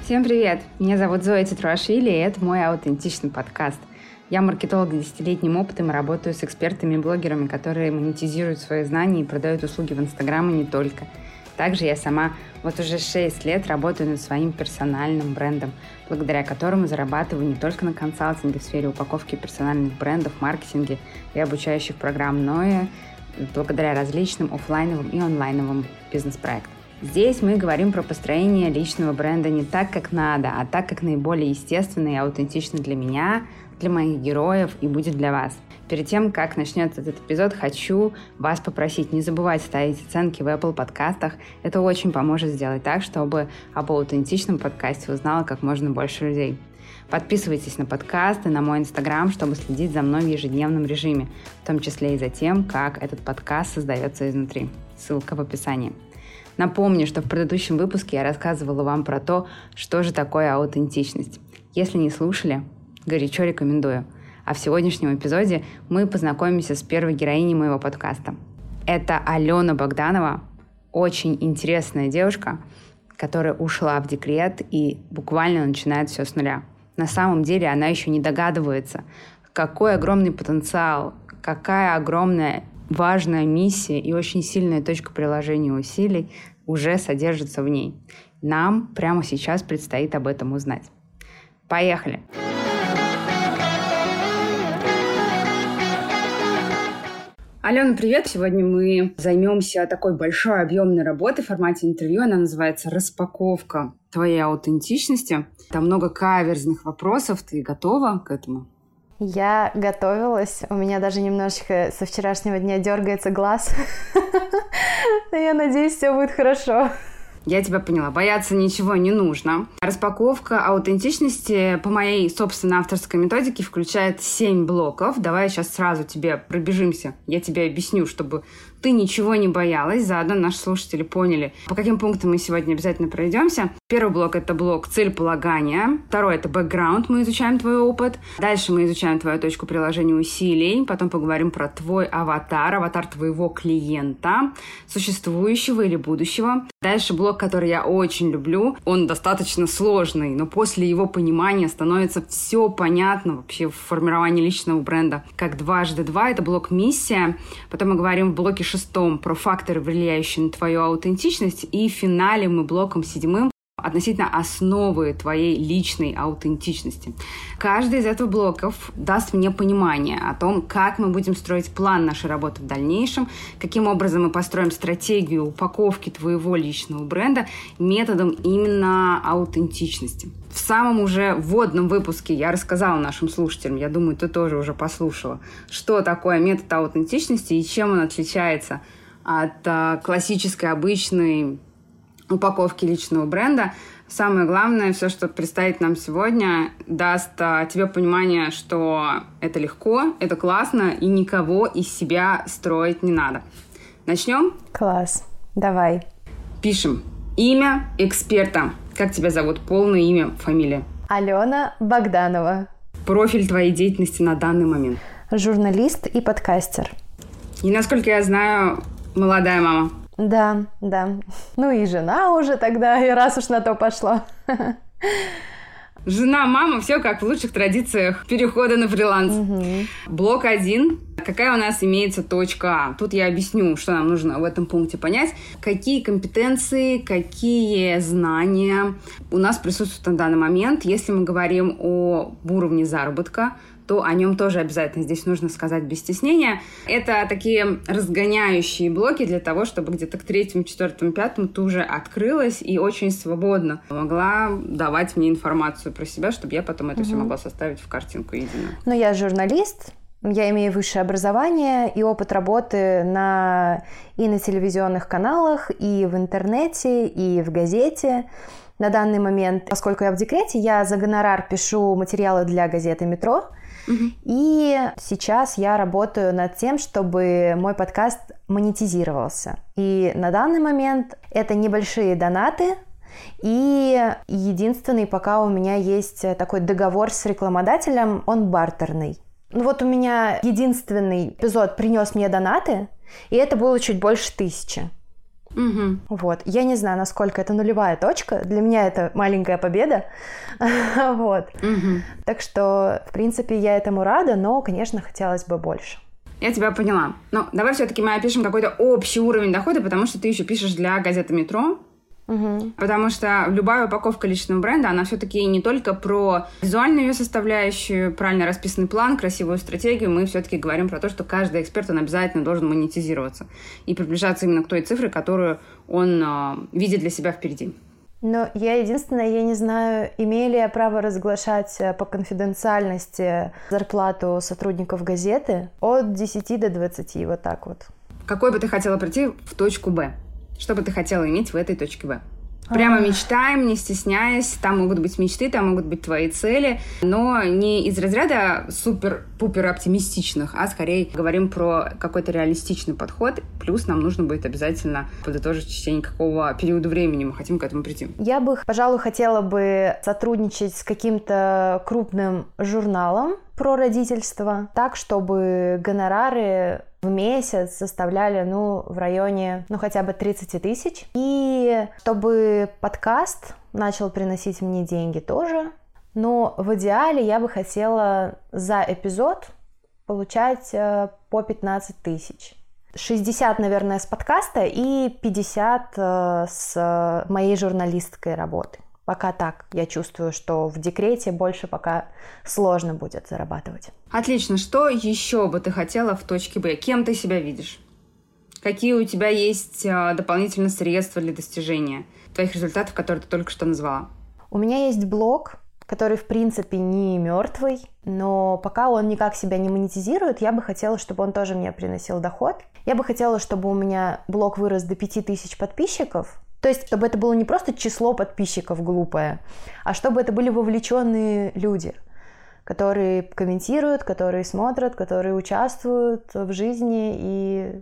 Всем привет! Меня зовут Зоя Тетруашвили, и это мой аутентичный подкаст. Я маркетолог с 10-летним опытом и работаю с экспертами и блогерами, которые монетизируют свои знания и продают услуги в Инстаграм и не только. Также я сама вот уже 6 лет работаю над своим персональным брендом, благодаря которому зарабатываю не только на консалтинге в сфере упаковки персональных брендов, маркетинге и обучающих программ, но и благодаря различным офлайновым и онлайновым бизнес-проектам. Здесь мы говорим про построение личного бренда не так, как надо, а так, как наиболее естественно и аутентично для меня, для моих героев и будет для вас. Перед тем, как начнется этот эпизод, хочу вас попросить, не забывайте ставить оценки в Apple подкастах. Это очень поможет сделать так, чтобы об аутентичном подкасте узнало как можно больше людей. Подписывайтесь на подкаст и на мой Инстаграм, чтобы следить за мной в ежедневном режиме, в том числе и за тем, как этот подкаст создается изнутри. Ссылка в описании. Напомню, что в предыдущем выпуске я рассказывала вам про то, что же такое аутентичность. Если не слушали, горячо рекомендую. А в сегодняшнем эпизоде мы познакомимся с первой героиней моего подкаста. Это Алена Богданова, очень интересная девушка, которая ушла в декрет и буквально начинает все с нуля. На самом деле она еще не догадывается, какой огромный потенциал, какая огромная важная миссия и очень сильная точка приложения усилий уже содержится в ней. Нам прямо сейчас предстоит об этом узнать. Поехали! Алена, привет! Сегодня мы займемся такой большой объемной работой в формате интервью. Она называется «Распаковка твоей аутентичности». Там много каверзных вопросов. Ты готова к этому? Я готовилась. У меня даже немножечко со вчерашнего дня дергается глаз. Я надеюсь, все будет хорошо. Я тебя поняла. Бояться ничего не нужно. Распаковка аутентичности по моей собственной авторской методике включает 7 блоков. Давай сейчас сразу тебе пробежимся. Я тебе объясню, чтобы ты ничего не боялась. Заодно наши слушатели поняли, по каким пунктам мы сегодня обязательно пройдемся. Первый блок — это блок целеполагания. Второй — это бэкграунд. Мы изучаем твой опыт. Дальше мы изучаем твою точку приложения усилий. Потом поговорим про твой аватар твоего клиента, существующего или будущего. Дальше блок, который я очень люблю. Он достаточно сложный, но после его понимания становится все понятно вообще в формировании личного бренда. Как 2x2 — это блок миссия. Потом мы говорим в блоке 6 про факторы, влияющие на твою аутентичность. И в финале мы блоком 7 относительно основы твоей личной аутентичности. Каждый из этих блоков даст мне понимание о том, как мы будем строить план нашей работы в дальнейшем, каким образом мы построим стратегию упаковки твоего личного бренда методом именно аутентичности. В самом уже вводном выпуске я рассказала нашим слушателям, я думаю, ты тоже уже послушала, что такое метод аутентичности и чем он отличается от классической, обычной упаковки личного бренда. Самое главное, все, что предстоит нам сегодня, даст тебе понимание, что это легко, это классно, и никого из себя строить не надо. Начнем? Класс. Давай. Пишем. Имя эксперта. Как тебя зовут? Полное имя, фамилия? Алена Богданова. Профиль твоей деятельности на данный момент? Журналист и подкастер. И, насколько я знаю, молодая мама. Да. Ну и жена уже тогда, и раз уж на то пошло. Жена, мама, все как в лучших традициях перехода на фриланс. Блок 1. Какая у нас имеется точка А? Тут я объясню, что нам нужно в этом пункте понять. Какие компетенции, какие знания у нас присутствуют на данный момент. Если мы говорим об уровне заработка, то о нем тоже обязательно здесь нужно сказать без стеснения. Это такие разгоняющие блоки для того, чтобы где-то к 3, 4, 5 ты уже открылась и очень свободно могла давать мне информацию про себя, чтобы я потом это все могла составить в картинку единую. Ну, я журналист, я имею высшее образование и опыт работы и на телевизионных каналах, и в интернете, и в газете. На данный момент, поскольку я в декрете, я за гонорар пишу материалы для газеты «Метро». И сейчас я работаю над тем, чтобы мой подкаст монетизировался. И на данный момент это небольшие донаты. И единственный пока у меня есть такой договор с рекламодателем, он бартерный. Ну вот у меня единственный эпизод принес мне донаты, и это было чуть больше 1000. Вот. Я не знаю, насколько это нулевая точка. Для меня это маленькая победа. Вот. Так что, в принципе, я этому рада, но, конечно, хотелось бы больше. Я тебя поняла. Но давай все-таки мы опишем какой-то общий уровень дохода, потому что ты еще пишешь для газеты «Метро». Потому что любая упаковка личного бренда, она все-таки не только про визуальную ее составляющую, правильно расписанный план, красивую стратегию. Мы все-таки говорим про то, что каждый эксперт, он обязательно должен монетизироваться и приближаться именно к той цифре, которую он видит для себя впереди. Но я не знаю, имею ли я право разглашать по конфиденциальности зарплату сотрудников газеты от 10 до 20, вот так вот. Какой бы ты хотела прийти в точку «Б»? Что бы ты хотела иметь в этой точке «Б»? Прямо мечтаем, не стесняясь. Там могут быть мечты, там могут быть твои цели, но не из разряда супер-пупер оптимистичных, а скорее говорим про какой-то реалистичный подход. Плюс нам нужно будет обязательно подытожить в течение какого периода времени мы хотим к этому прийти. Я бы, пожалуй, хотела бы сотрудничать с каким-то крупным журналом про родительство, так, чтобы гонорары в месяц составляли, в районе, хотя бы 30 тысяч. И чтобы подкаст начал приносить мне деньги тоже. Но в идеале я бы хотела за эпизод получать по 15 тысяч. 60, наверное, с подкаста и 50 с моей журналистской работы. Пока так. Я чувствую, что в декрете больше пока сложно будет зарабатывать. Отлично. Что еще бы ты хотела в точке Б? Кем ты себя видишь? Какие у тебя есть дополнительные средства для достижения твоих результатов, которые ты только что назвала? У меня есть блог, который, в принципе, не мертвый, но пока он никак себя не монетизирует, я бы хотела, чтобы он тоже мне приносил доход. Я бы хотела, чтобы у меня блог вырос до 5000 подписчиков. То есть, чтобы это было не просто число подписчиков глупое, а чтобы это были вовлеченные люди, которые комментируют, которые смотрят, которые участвуют в жизни и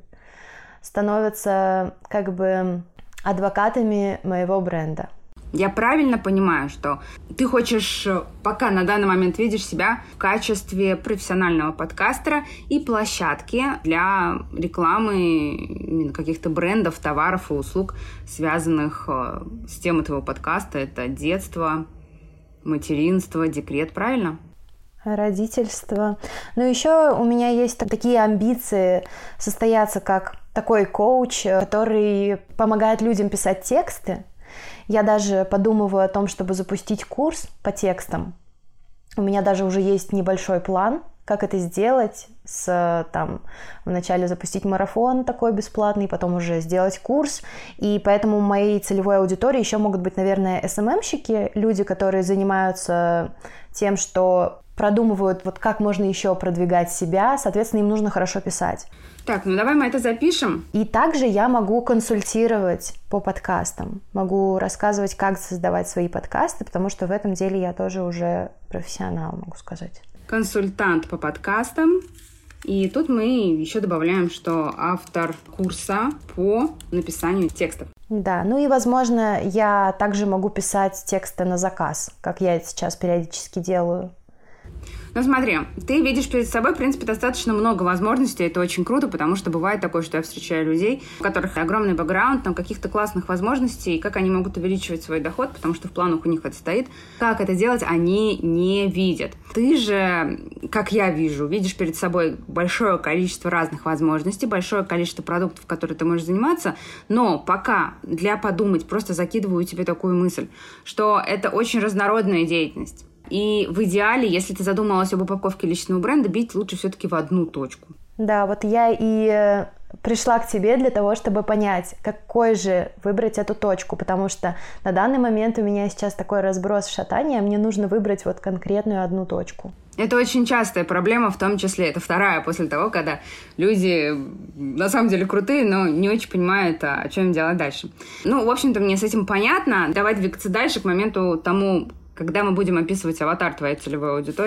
становятся как бы адвокатами моего бренда. Я правильно понимаю, что ты хочешь, пока на данный момент видишь себя в качестве профессионального подкастера и площадки для рекламы именно каких-то брендов, товаров и услуг, связанных с темой твоего подкаста. Это детство, материнство, декрет, правильно? Родительство. Но еще у меня есть такие амбиции состояться как такой коуч, который помогает людям писать тексты. Я даже подумываю о том, чтобы запустить курс по текстам. У меня даже уже есть небольшой план, как это сделать, вначале запустить марафон такой бесплатный, потом уже сделать курс. И поэтому моей целевой аудиторией еще могут быть, наверное, СММщики, люди, которые занимаются тем, что продумывают, как можно еще продвигать себя, соответственно, им нужно хорошо писать. Так, давай мы это запишем. И также я могу консультировать по подкастам, могу рассказывать, как создавать свои подкасты, потому что в этом деле я тоже уже профессионал, могу сказать. Консультант по подкастам. И тут мы еще добавляем, что автор курса по написанию текстов. Да, и, возможно, я также могу писать тексты на заказ, как я это сейчас периодически делаю. Смотри, ты видишь перед собой, в принципе, достаточно много возможностей. Это очень круто, потому что бывает такое, что я встречаю людей, у которых огромный бэкграунд, каких-то классных возможностей, и как они могут увеличивать свой доход, потому что в планах у них это стоит. Как это делать, они не видят. Ты же, как я вижу, видишь перед собой большое количество разных возможностей, большое количество продуктов, которые ты можешь заниматься, но пока для подумать просто закидываю тебе такую мысль, что это очень разнородная деятельность. И в идеале, если ты задумалась об упаковке личного бренда, бить лучше все-таки в одну точку. Да, я и пришла к тебе для того, чтобы понять, какой же выбрать эту точку, потому что на данный момент у меня сейчас такой разброс шатания, мне нужно выбрать конкретную одну точку. Это очень частая проблема, в том числе, это вторая после того, когда люди на самом деле крутые, но не очень понимают, о чем делать дальше. В общем-то, мне с этим понятно. Давай двигаться дальше к моменту тому, когда мы будем описывать аватар твоей целевой аудитории,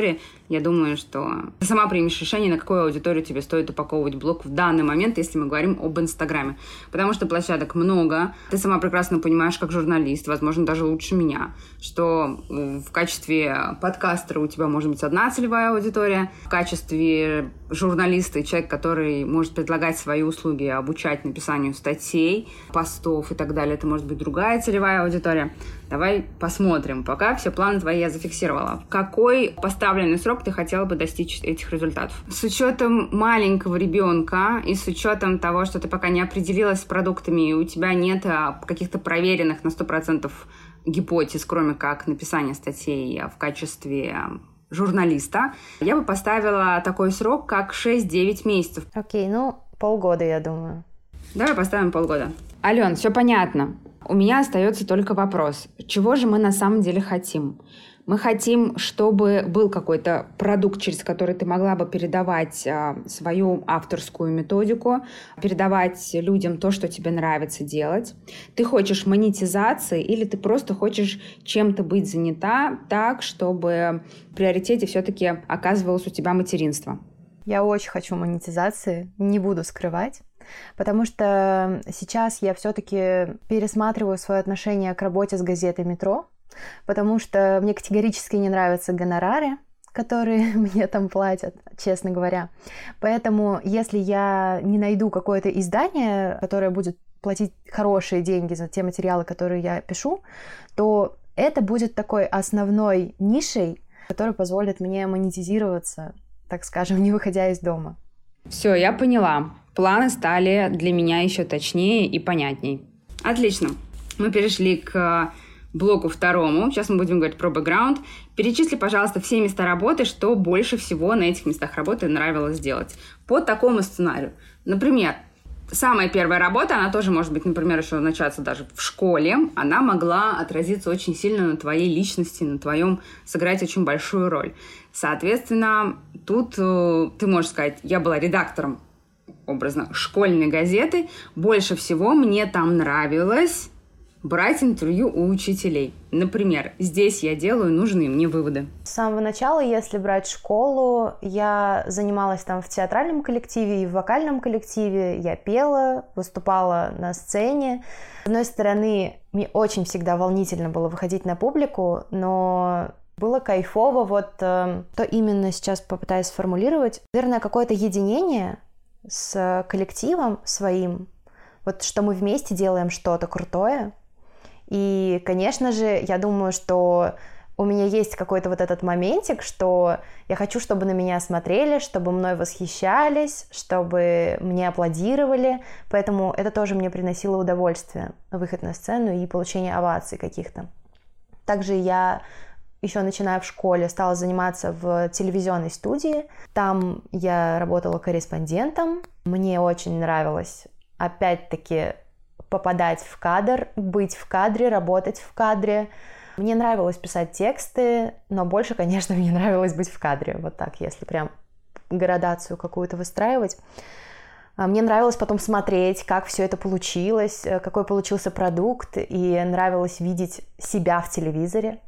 Я думаю, что ты сама примешь решение, на какую аудиторию тебе стоит упаковывать блог в данный момент, если мы говорим об Инстаграме. Потому что площадок много. Ты сама прекрасно понимаешь, как журналист, возможно, даже лучше меня, что в качестве подкастера у тебя может быть одна целевая аудитория, в качестве журналиста и человек, который может предлагать свои услуги, обучать написанию статей, постов и так далее, это может быть другая целевая аудитория. Давай посмотрим. Пока все планы твои я зафиксировала. В какой поставленный срок ты хотела бы достичь этих результатов? С учетом маленького ребенка и с учетом того, что ты пока не определилась с продуктами, и у тебя нет каких-то проверенных на 100% гипотез, кроме как написания статей в качестве журналиста, я бы поставила такой срок, как 6-9 месяцев. Окей, полгода, я думаю. Давай поставим полгода. Ален, все понятно. У меня остается только вопрос. Чего же мы на самом деле хотим? Мы хотим, чтобы был какой-то продукт, через который ты могла бы передавать свою авторскую методику, передавать людям то, что тебе нравится делать. Ты хочешь монетизации или ты просто хочешь чем-то быть занята так, чтобы в приоритете все-таки оказывалось у тебя материнство? Я очень хочу монетизации, не буду скрывать. Потому что сейчас я все-таки пересматриваю свое отношение к работе с газетой «Метро», потому что мне категорически не нравятся гонорары, которые мне там платят, честно говоря. Поэтому если я не найду какое-то издание, которое будет платить хорошие деньги за те материалы, которые я пишу, то это будет такой основной нишей, которая позволит мне монетизироваться, так скажем, не выходя из дома. Все, я поняла. Планы стали для меня еще точнее и понятней. Отлично. Мы перешли к блоку второму. Сейчас мы будем говорить про бэкграунд. Перечисли, пожалуйста, все места работы, что больше всего на этих местах работы нравилось делать. По такому сценарию. Например, самая первая работа, она тоже может быть, например, еще начаться даже в школе. Она могла отразиться очень сильно на твоей личности, на твоем, сыграть очень большую роль. Соответственно, тут ты можешь сказать, я была редактором, образно, школьной газеты. Больше всего мне там нравилось брать интервью у учителей. Например, здесь я делаю нужные мне выводы. С самого начала, если брать школу, я занималась там в театральном коллективе и в вокальном коллективе. Я пела, выступала на сцене. С одной стороны, мне очень всегда волнительно было выходить на публику, но было кайфово. То именно сейчас попытаюсь сформулировать. Наверное, какое-то единение с коллективом своим, что мы вместе делаем что-то крутое. И, конечно же, я думаю, что у меня есть какой-то этот моментик, что я хочу, чтобы на меня смотрели, чтобы мной восхищались, чтобы мне аплодировали, поэтому это тоже мне приносило удовольствие, выход на сцену и получение оваций каких-то. Также я еще начиная в школе, стала заниматься в телевизионной студии. Там я работала корреспондентом. Мне очень нравилось, опять-таки, попадать в кадр, быть в кадре, работать в кадре. Мне нравилось писать тексты, но больше, конечно, мне нравилось быть в кадре. Вот так, если прям градацию какую-то выстраивать. Мне нравилось потом смотреть, как все это получилось, какой получился продукт, и нравилось видеть себя в телевизоре.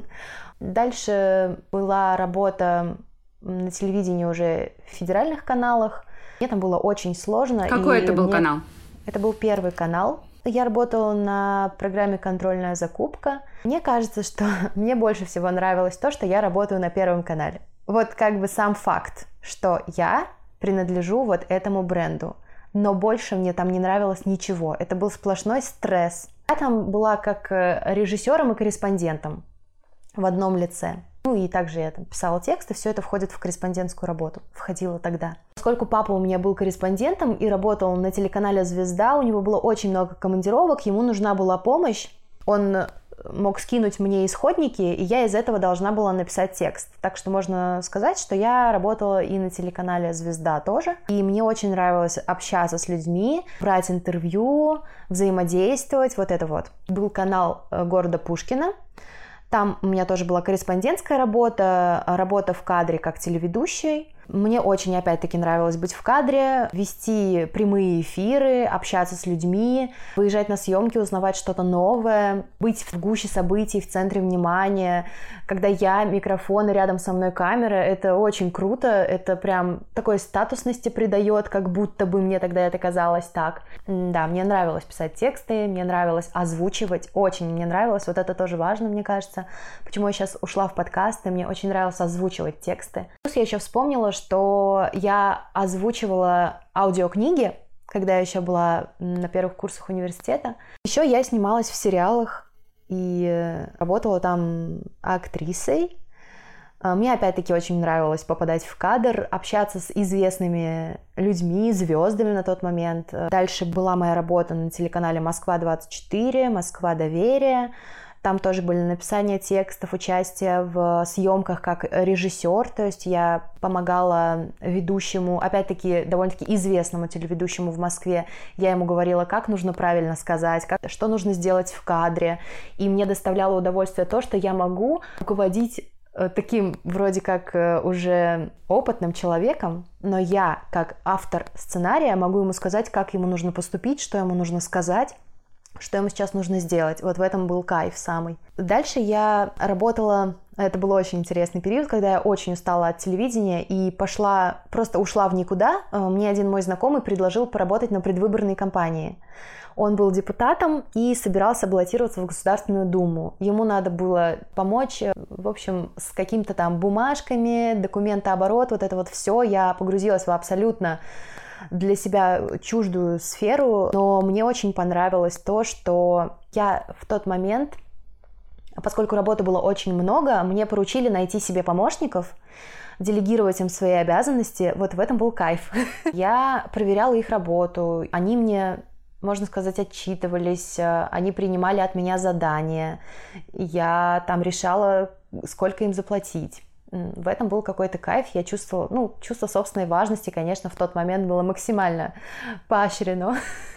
Дальше была работа на телевидении уже в федеральных каналах. Мне там было очень сложно. Какой это был канал? Это был Первый канал. Я работала на программе «Контрольная закупка». Мне кажется, что мне больше всего нравилось то, что я работаю на Первом канале. Вот как бы сам факт, что я принадлежу этому бренду. Но больше мне там не нравилось ничего. Это был сплошной стресс. Я там была как режиссером и корреспондентом в одном лице. И также я там писала тексты, все это входит в корреспондентскую работу. Входило тогда. Поскольку папа у меня был корреспондентом и работал на телеканале «Звезда», у него было очень много командировок, ему нужна была помощь. Он мог скинуть мне исходники, и я из этого должна была написать текст. Так что можно сказать, что я работала и на телеканале «Звезда» тоже. И мне очень нравилось общаться с людьми, брать интервью, взаимодействовать, Был канал города Пушкина. Там у меня тоже была корреспондентская работа, работа в кадре как телеведущей. Мне очень, опять-таки, нравилось быть в кадре, вести прямые эфиры, общаться с людьми, выезжать на съемки, узнавать что-то новое, быть в гуще событий, в центре внимания. Когда я, микрофон и рядом со мной камера, это очень круто, это прям такой статусности придает, как будто бы мне тогда это казалось так. Да, мне нравилось писать тексты, мне нравилось озвучивать, очень мне нравилось, вот это тоже важно, мне кажется, почему я сейчас ушла в подкасты, мне очень нравилось озвучивать тексты. Плюс я еще вспомнила, что я озвучивала аудиокниги, когда я еще была на первых курсах университета. Еще я снималась в сериалах и работала там актрисой. Мне опять-таки очень нравилось попадать в кадр, общаться с известными людьми, звездами на тот момент. Дальше была моя работа на телеканале «Москва-24», «Москва. Доверие». Там тоже были написания текстов, участие в съемках как режиссер, то есть я помогала ведущему, опять-таки довольно-таки известному телеведущему в Москве. Я ему говорила, как нужно правильно сказать, что нужно сделать в кадре. И мне доставляло удовольствие то, что я могу руководить таким вроде как уже опытным человеком, но я как автор сценария могу ему сказать, как ему нужно поступить, что ему нужно сказать, что ему сейчас нужно сделать. Вот в этом был кайф самый. Дальше я работала, это был очень интересный период, когда я очень устала от телевидения и просто ушла в никуда. Мне один мой знакомый предложил поработать на предвыборной кампании. Он был депутатом и собирался баллотироваться в Государственную Думу. Ему надо было помочь, в общем, с какими-то там бумажками, документооборот, вот это вот все. Я погрузилась в абсолютно для себя чуждую сферу, но мне очень понравилось то, что я в тот момент, поскольку работы было очень много, мне поручили найти себе помощников, делегировать им свои обязанности, вот в этом был кайф. Я проверяла их работу, они мне, можно сказать, отчитывались, они принимали от меня задания, я там решала, сколько им заплатить. В этом был какой-то кайф, я чувствовала, чувство собственной важности, конечно, в тот момент было максимально поощрено,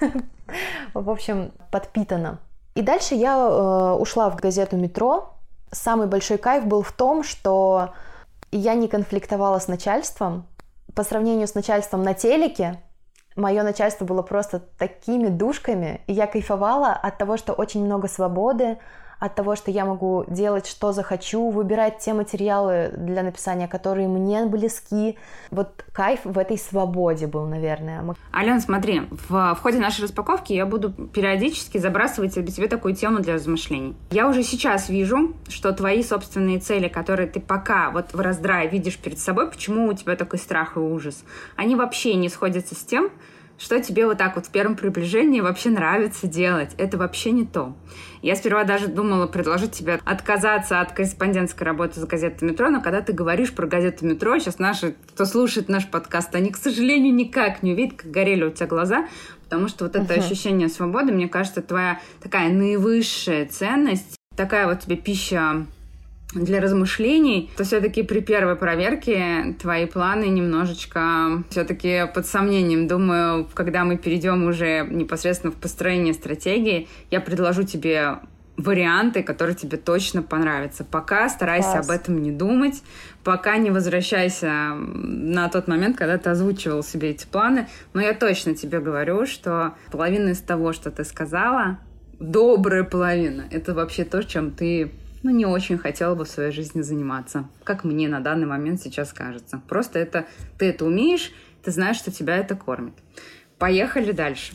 в общем, подпитано. И дальше я ушла в газету «Метро». Самый большой кайф был в том, что я не конфликтовала с начальством. По сравнению с начальством на телеке, мое начальство было просто такими душками, и я кайфовала от того, что очень много свободы, от того, что я могу делать, что захочу, выбирать те материалы для написания, которые мне близки. Вот кайф в этой свободе был, наверное. Ален, смотри, в ходе нашей распаковки я буду периодически забрасывать тебе такую тему для размышлений. Я уже сейчас вижу, что твои собственные цели, которые ты пока вот в раздрае видишь перед собой, почему у тебя такой страх и ужас, они вообще не сходятся с тем, что тебе вот так вот в первом приближении вообще нравится делать. Это вообще не то. Я сперва даже думала предложить тебе отказаться от корреспондентской работы с газетой «Метро», но когда ты говоришь про газету «Метро», сейчас наши, кто слушает наш подкаст, они, к сожалению, никак не увидят, как горели у тебя глаза, потому что вот это ощущение свободы, мне кажется, твоя такая наивысшая ценность, такая вот тебе пища для размышлений, то все-таки при первой проверке твои планы немножечко все-таки под сомнением. Думаю, когда мы перейдем уже непосредственно в построение стратегии, я предложу тебе варианты, которые тебе точно понравятся. Пока старайся об этом не думать, пока не возвращайся на тот момент, когда ты озвучивал себе эти планы. Но я точно тебе говорю, что половина из того, что ты сказала, добрая половина, это вообще то, чем ты не очень хотела бы в своей жизни заниматься. Как мне на данный момент сейчас кажется. Просто ты это умеешь, ты знаешь, что тебя это кормит. Поехали дальше.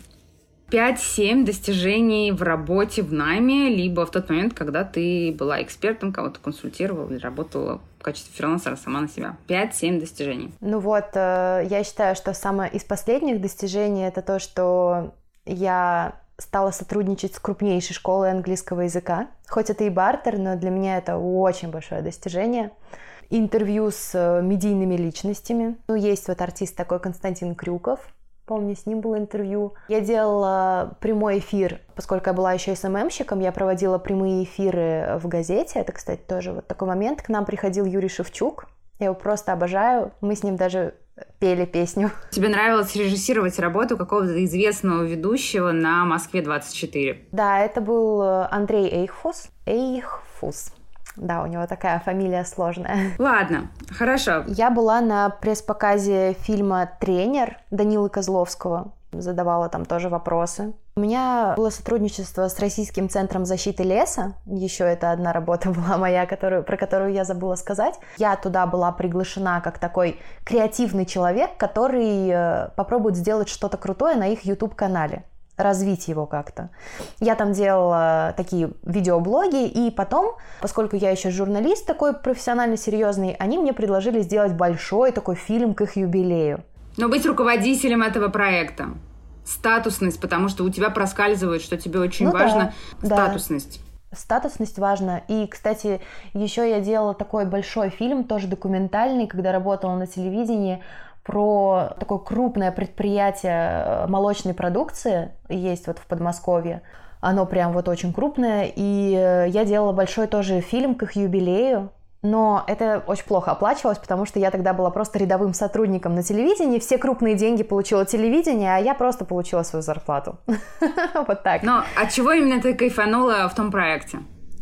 5-7 достижений в работе в найме, либо в тот момент, когда ты была экспертом, кого-то консультировала или работала в качестве фрилансера сама на себя. 5-7 достижений. Я считаю, что самое из последних достижений это то, что я стала сотрудничать с крупнейшей школой английского языка. Хоть это и бартер, но для меня это очень большое достижение. Интервью с медийными личностями. Есть вот артист такой Константин Крюков. Помню, с ним было интервью. Я делала прямой эфир, поскольку я была еще СММщиком, я проводила прямые эфиры в газете. Это, кстати, тоже вот такой момент. К нам приходил Юрий Шевчук. Я его просто обожаю. Мы с ним даже пели песню. Тебе нравилось режиссировать работу какого-то известного ведущего на Москве-24? Да, это был Андрей Эйхфус. Да, у него такая фамилия сложная. Ладно, хорошо. Я была на пресс-показе фильма «Тренер» Данилы Козловского. Задавала там тоже вопросы. У меня было сотрудничество с Российским центром защиты леса. Еще это одна работа была моя, про которую я забыла сказать. Я туда была приглашена как такой креативный человек, который попробует сделать что-то крутое на их YouTube-канале. Развить его как-то. Я там делала такие видеоблоги, и потом, поскольку я еще журналист такой профессионально серьезный, они мне предложили сделать большой такой фильм к их юбилею. Но быть руководителем этого проекта. Статусность, потому что у тебя проскальзывает, что тебе очень важно статусность. Да. Статусность важна. И, кстати, еще я делала такой большой фильм, тоже документальный, когда работала на телевидении, про такое крупное предприятие молочной продукции, есть вот в Подмосковье. Оно прям вот очень крупное. И я делала большой тоже фильм к их юбилею. Но это очень плохо оплачивалось, потому что я тогда была просто рядовым сотрудником на телевидении. Все крупные деньги получила телевидение, а я просто получила свою зарплату. Вот так. Но от чего именно ты кайфанула в том проекте?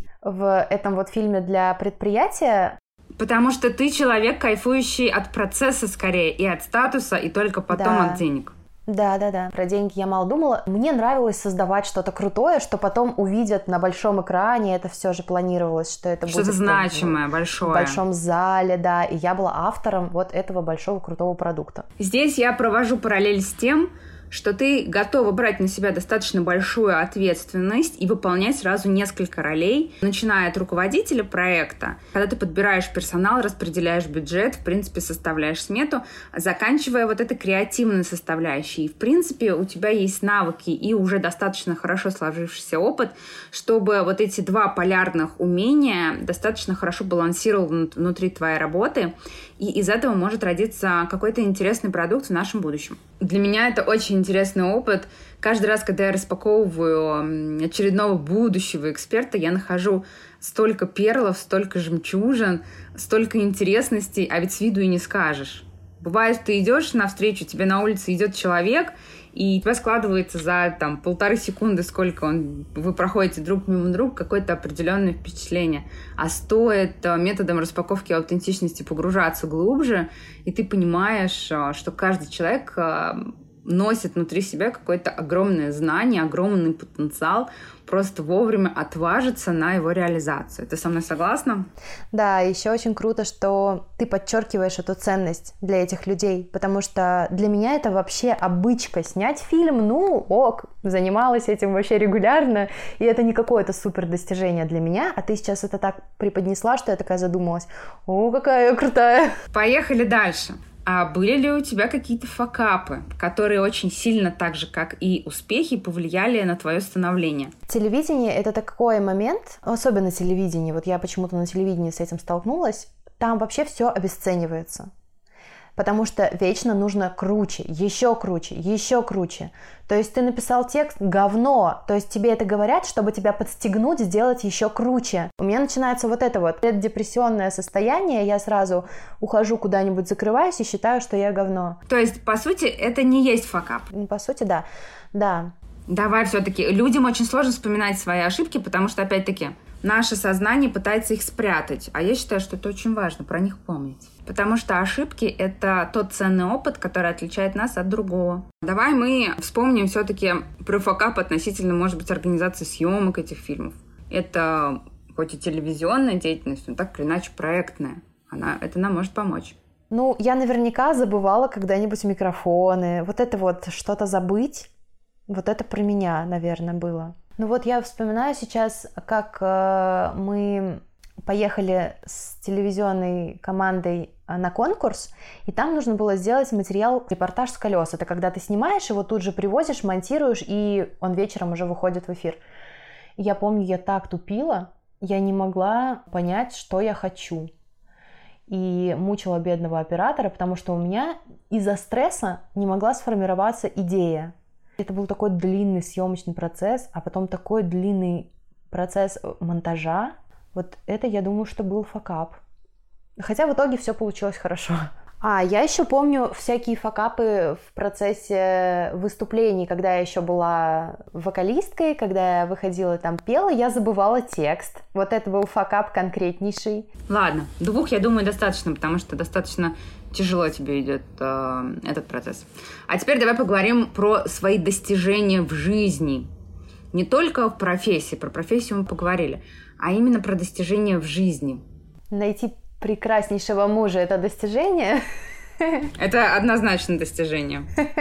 В этом вот фильме для предприятия? Потому что ты человек, кайфующий от процесса скорее, и от статуса, и только потом от денег. Да. Про деньги я мало думала. Мне нравилось создавать что-то крутое, что потом увидят на большом экране. Это все же планировалось, что это что-то будет значимое, большое. В большом зале, да. И я была автором вот этого большого крутого продукта. Здесь я провожу параллель с тем, что ты готова брать на себя достаточно большую ответственность и выполнять сразу несколько ролей, начиная от руководителя проекта, когда ты подбираешь персонал, распределяешь бюджет, в принципе, составляешь смету, заканчивая вот этой креативной составляющей. И, в принципе, у тебя есть навыки и уже достаточно хорошо сложившийся опыт, чтобы вот эти два полярных умения достаточно хорошо балансировал внутри твоей работы, и из этого может родиться какой-то интересный продукт в нашем будущем. Для меня это очень интересный опыт. Каждый раз, когда я распаковываю очередного будущего эксперта, я нахожу столько перлов, столько жемчужин, столько интересностей, а ведь с виду и не скажешь. Бывает, ты идешь навстречу, тебе на улице идет человек, и у тебя складывается за полторы секунды, сколько вы проходите друг мимо друга, какое-то определенное впечатление. А стоит методом распаковки аутентичности погружаться глубже, и ты понимаешь, что каждый человек носит внутри себя какое-то огромное знание, огромный потенциал, просто вовремя отважиться на его реализацию. Ты со мной согласна? Да, еще очень круто, что ты подчеркиваешь эту ценность для этих людей, потому что для меня это вообще обычка снять фильм, занималась этим вообще регулярно, и это не какое-то супер достижение для меня, а ты сейчас это так преподнесла, что я такая задумалась, какая я крутая. Поехали дальше. А были ли у тебя какие-то факапы, которые очень сильно, так же, как и успехи, повлияли на твое становление? Телевидение — это такой момент, особенно телевидение, вот я почему-то на телевидении с этим столкнулась, там вообще все обесценивается. Потому что вечно нужно круче, еще круче, еще круче. То есть ты написал текст говно, то есть тебе это говорят, чтобы тебя подстегнуть, сделать еще круче. У меня начинается вот это вот преддепрессионное состояние, я сразу ухожу куда-нибудь, закрываюсь и считаю, что я говно. То есть, по сути, это не есть факап? По сути, да. Давай все-таки. Людям очень сложно вспоминать свои ошибки, потому что, опять-таки, наше сознание пытается их спрятать. А я считаю, что это очень важно, про них помнить. Потому что ошибки — это тот ценный опыт, который отличает нас от другого. Давай мы вспомним все-таки про факап относительно, может быть, организации съемок этих фильмов. Это хоть и телевизионная деятельность, но так или иначе проектная. Это нам может помочь. Я наверняка забывала когда-нибудь микрофоны. Вот это вот что-то забыть, вот это про меня, наверное, было. Я вспоминаю сейчас, как мы поехали с телевизионной командой на конкурс, и там нужно было сделать репортаж с колес. Это когда ты снимаешь его, тут же привозишь, монтируешь, и он вечером уже выходит в эфир. И я помню, я так тупила, я не могла понять, что я хочу. И мучила бедного оператора, потому что у меня из-за стресса не могла сформироваться идея. Это был такой длинный съемочный процесс, а потом такой длинный процесс монтажа. Вот это, я думаю, что был факап. Хотя в итоге все получилось хорошо. Я еще помню всякие факапы в процессе выступлений, когда я еще была вокалисткой, когда я выходила там пела, я забывала текст. Вот это был факап конкретнейший. Ладно, 2, я думаю, достаточно, потому что достаточно тяжело тебе идет этот процесс. А теперь давай поговорим про свои достижения в жизни. Не только в профессии, про профессию мы поговорили, а именно про достижения в жизни. Найти прекраснейшего мужа — это достижение? Это однозначно достижение.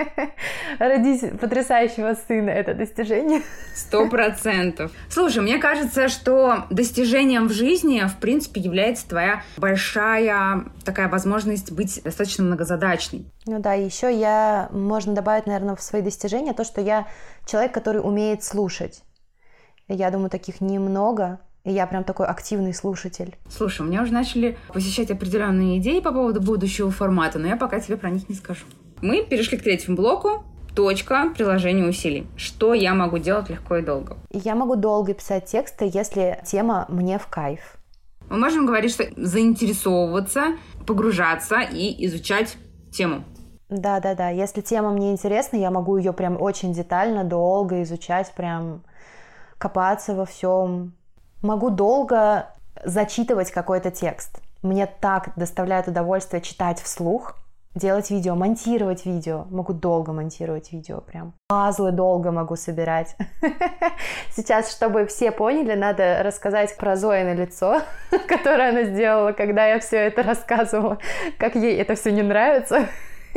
Родить потрясающего сына — это достижение? 100%. Слушай, мне кажется, что достижением в жизни, в принципе, является твоя большая такая возможность быть достаточно многозадачной. Ну да, еще можно добавить, наверное, в свои достижения то, что я человек, который умеет слушать. Я думаю, таких немного. И я прям такой активный слушатель. Слушай, у меня уже начали посещать определенные идеи по поводу будущего формата, но я пока тебе про них не скажу. Мы перешли к 3-му блоку. Точка приложения усилий. Что я могу делать легко и долго? Я могу долго писать тексты, если тема мне в кайф. Мы можем говорить, что заинтересовываться, погружаться и изучать тему. Да. Если тема мне интересна, я могу ее прям очень детально, долго изучать, прям копаться во всем. Могу долго зачитывать какой-то текст. Мне так доставляет удовольствие читать вслух, делать видео, монтировать видео. Могу долго монтировать видео прям. Пазлы долго могу собирать. Сейчас, чтобы все поняли, надо рассказать про Зоино лицо, которое она сделала, когда я все это рассказывала, как ей это все не нравится.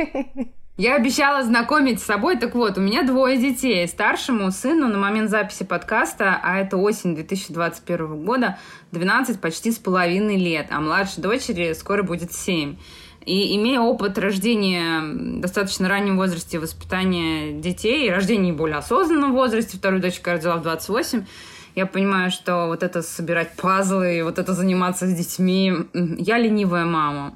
Я обещала знакомить с собой. Так вот, у меня 2 детей. Старшему сыну на момент записи подкаста, а это осень 2021 года, 12 почти с половиной лет, а младшей дочери скоро будет 7. И имея опыт рождения в достаточно раннем возрасте, воспитания детей, рождения в более осознанном возрасте, вторую дочку я родила в 28, я понимаю, что вот это собирать пазлы, вот это заниматься с детьми, я ленивая мама.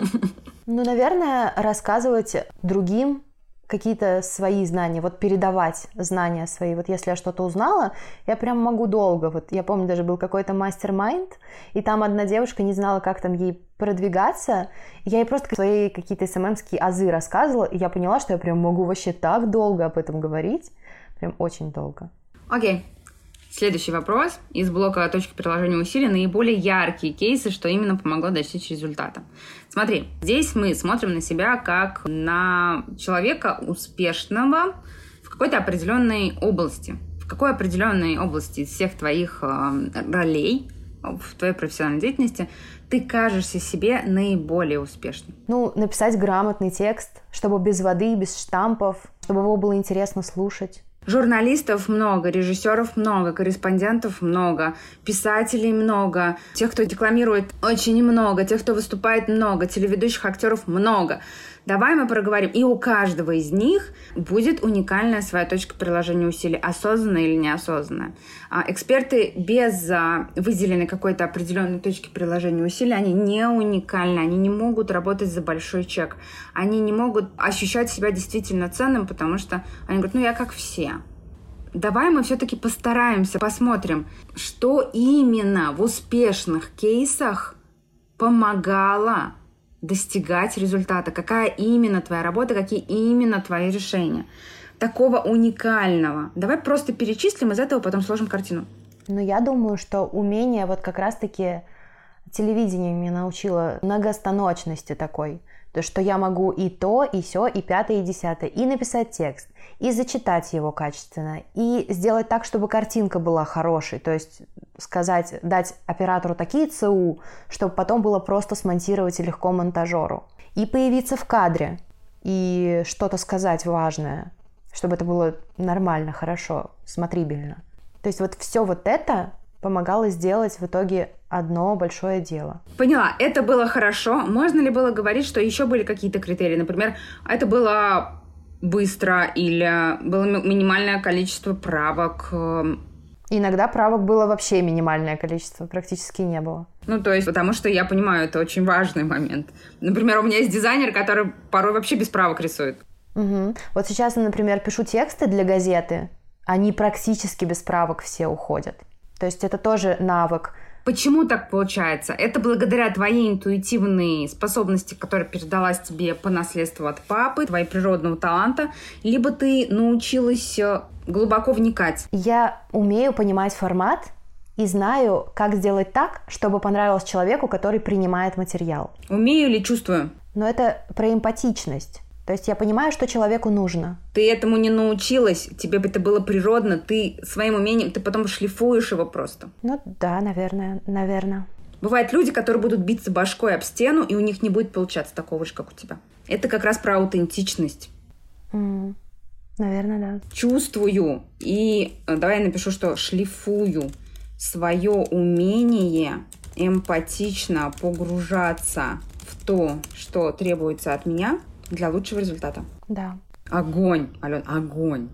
Ну, наверное, рассказывать другим какие-то свои знания, вот передавать знания свои. Вот если я что-то узнала, я прям могу долго. Вот я помню, даже был какой-то мастер-майнд, и там одна девушка не знала, как там ей продвигаться. Я ей просто свои какие-то СММские азы рассказывала, и я поняла, что я прям могу вообще так долго об этом говорить. Прям очень долго. Окей. Следующий вопрос. Из блока «Точки приложения усилий» наиболее яркие кейсы, что именно помогло достичь результата. Смотри, здесь мы смотрим на себя как на человека успешного в какой-то определенной области. В какой определенной области из всех твоих ролей в твоей профессиональной деятельности ты кажешься себе наиболее успешным? Ну, написать грамотный текст, чтобы без воды, без штампов, чтобы его было интересно слушать. Журналистов много, режиссеров много, корреспондентов много, писателей много, тех, кто декламирует, очень много, тех, кто выступает, много, телеведущих, актеров много. Давай мы проговорим. И у каждого из них будет уникальная своя точка приложения усилий, осознанная или неосознанная. Эксперты без выделенной какой-то определенной точки приложения усилий, они не уникальны, они не могут работать за большой чек, они не могут ощущать себя действительно ценным, потому что они говорят, я как все. Давай мы все-таки постараемся, посмотрим, что именно в успешных кейсах помогало достигать результата, какая именно твоя работа, какие именно твои решения. Такого уникального. Давай просто перечислим, из этого потом сложим картину. Я думаю, что умение, вот как раз-таки телевидение меня научило многостаночности такой. То, что я могу и то, и сё, и 5-е, и 10-е, и написать текст, и зачитать его качественно, и сделать так, чтобы картинка была хорошей, то есть дать оператору такие ЦУ, чтобы потом было просто смонтировать и легко монтажеру. И появиться в кадре, и что-то сказать важное, чтобы это было нормально, хорошо, смотрибельно. То есть вот все вот это помогало сделать в итоге одно большое дело. Поняла, это было хорошо. Можно ли было говорить, что еще были какие-то критерии? Например, это было быстро или было минимальное количество правок? Иногда правок было вообще минимальное количество, практически не было. То есть, потому что я понимаю, это очень важный момент. Например, у меня есть дизайнер, который порой вообще без правок рисует. Угу. Вот сейчас я, например, пишу тексты для газеты, они практически без правок все уходят. То есть это тоже навык Почему так получается? Это благодаря твоей интуитивной способности, которая передалась тебе по наследству от папы, твоего природного таланта, либо ты научилась глубоко вникать? Я умею понимать формат и знаю, как сделать так, чтобы понравилось человеку, который принимает материал. Умею или чувствую? Но это про эмпатичность. То есть я понимаю, что человеку нужно. Ты этому не научилась, тебе бы это было природно, ты своим умением, ты потом шлифуешь его просто. Ну да, наверное. Бывают люди, которые будут биться башкой об стену, и у них не будет получаться такого же, как у тебя. Это как раз про аутентичность. Наверное, да. Чувствую, и давай я напишу, что шлифую свое умение эмпатично погружаться в то, что требуется от меня, для лучшего результата. Да. Огонь, Ален, огонь.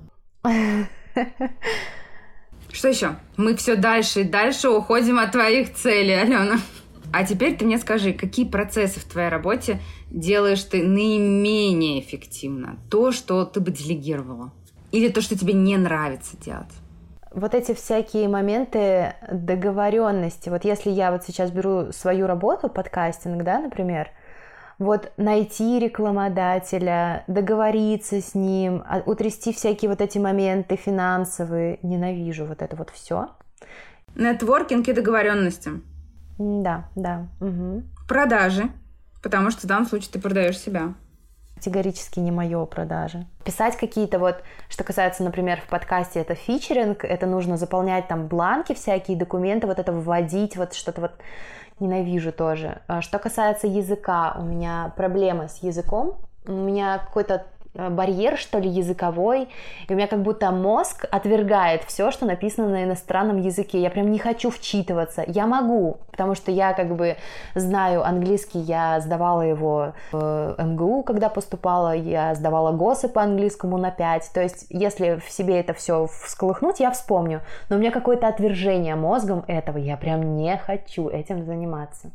Что еще? Мы все дальше и дальше уходим от твоих целей, Алена. А теперь ты мне скажи, какие процессы в твоей работе делаешь ты наименее эффективно? То, что ты бы делегировала? Или то, что тебе не нравится делать? Вот эти всякие моменты договоренности. Вот если я вот сейчас беру свою работу, подкастинг, да, например, вот найти рекламодателя, договориться с ним, утрясти всякие вот эти моменты финансовые. Ненавижу вот это вот все. Нетворкинг и договоренности. Да. Угу. Продажи, потому что в данном случае ты продаешь себя. Категорически не мое продажи. Писать какие-то вот, что касается, например, в подкасте, это фичеринг, это нужно заполнять там бланки всякие, документы, вот это вводить, вот что-то вот ненавижу тоже. Что касается языка, у меня проблемы с языком, у меня какой-то барьер, что ли, языковой, и у меня как будто мозг отвергает все, что написано на иностранном языке. Я прям не хочу вчитываться. Я могу, потому что я как бы знаю английский, я сдавала его в МГУ, когда поступала, я сдавала ГОСы по английскому на 5. То есть, если в себе это все всколыхнуть, я вспомню. Но у меня какое-то отвержение мозгом этого. Я прям не хочу этим заниматься.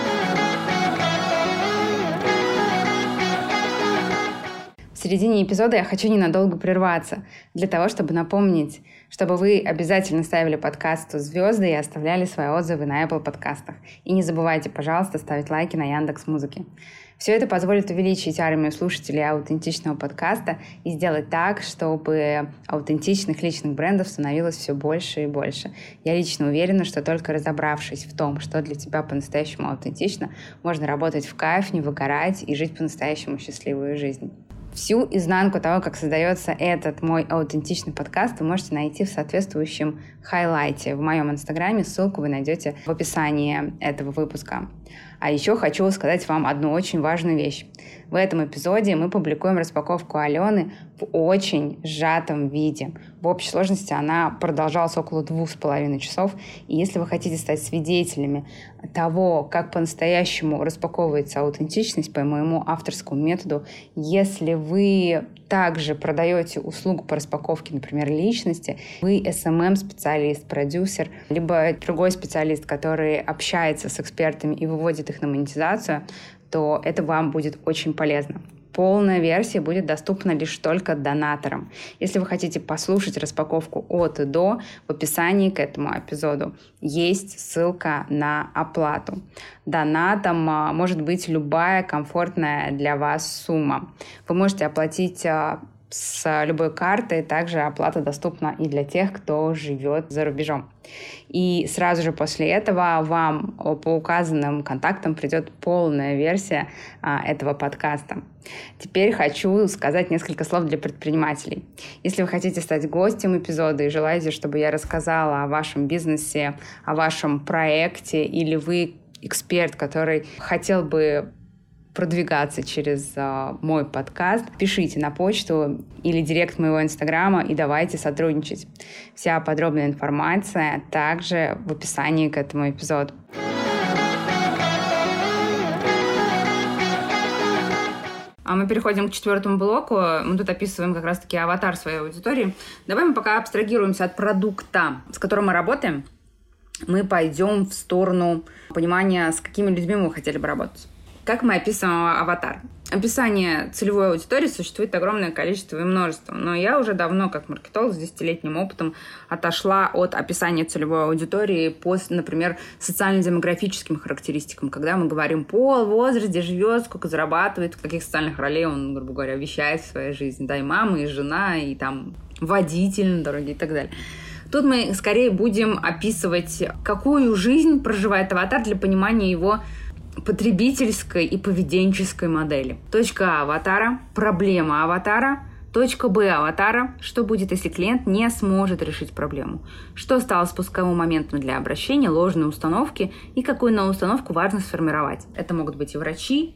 В середине эпизода я хочу ненадолго прерваться, для того, чтобы напомнить, чтобы вы обязательно ставили подкасту звезды и оставляли свои отзывы на Apple подкастах. И не забывайте, пожалуйста, ставить лайки на Яндекс.Музыке. Все это позволит увеличить армию слушателей аутентичного подкаста и сделать так, чтобы аутентичных личных брендов становилось все больше и больше. Я лично уверена, что только разобравшись в том, что для тебя по-настоящему аутентично, можно работать в кайф, не выгорать и жить по-настоящему счастливую жизнь. Всю изнанку того, как создается этот мой аутентичный подкаст, вы можете найти в соответствующем хайлайте в моем инстаграме. Ссылку вы найдете в описании этого выпуска. А еще хочу сказать вам одну очень важную вещь. В этом эпизоде мы публикуем распаковку Алены в очень сжатом виде. В общей сложности она продолжалась около 2,5 часов. И если вы хотите стать свидетелями того, как по-настоящему распаковывается аутентичность по моему авторскому методу, если вы также продаете услугу по распаковке, например, личности, вы SMM-специалист, продюсер, либо другой специалист, который общается с экспертами и выводит их на монетизацию, то это вам будет очень полезно. Полная версия будет доступна лишь только донаторам. Если вы хотите послушать распаковку от и до, в описании к этому эпизоду есть ссылка на оплату. Донатом может быть любая комфортная для вас сумма. Вы можете оплатить с любой карты, также оплата доступна и для тех, кто живет за рубежом. И сразу же после этого вам по указанным контактам придет полная версия этого подкаста. Теперь хочу сказать несколько слов для предпринимателей. Если вы хотите стать гостем эпизода и желаете, чтобы я рассказала о вашем бизнесе, о вашем проекте, или вы эксперт, который хотел бы продвигаться через мой подкаст, пишите на почту или директ моего инстаграма и давайте сотрудничать. Вся подробная информация также в описании к этому эпизоду. А мы переходим к 4 блоку. Мы тут описываем как раз-таки аватар своей аудитории. Давай мы пока абстрагируемся от продукта, с которым мы работаем. Мы пойдем в сторону понимания, с какими людьми мы хотели бы работать. Как мы описываем аватар? Описание целевой аудитории существует огромное количество и множество, но я уже давно, как маркетолог с 10-летним опытом, отошла от описания целевой аудитории по, например, социально-демографическим характеристикам, когда мы говорим пол, возраст, где живет, сколько зарабатывает, в каких социальных ролей он, грубо говоря, вещает в своей жизни, да, и мама, и жена, и там водитель на дороге и так далее. Тут мы скорее будем описывать, какую жизнь проживает аватар для понимания его потребительской и поведенческой модели. Точка А аватара, проблема аватара, точка Б аватара, что будет, если клиент не сможет решить проблему, что стало спусковым моментом для обращения, ложные установки и какую новую установку важно сформировать. Это могут быть и врачи,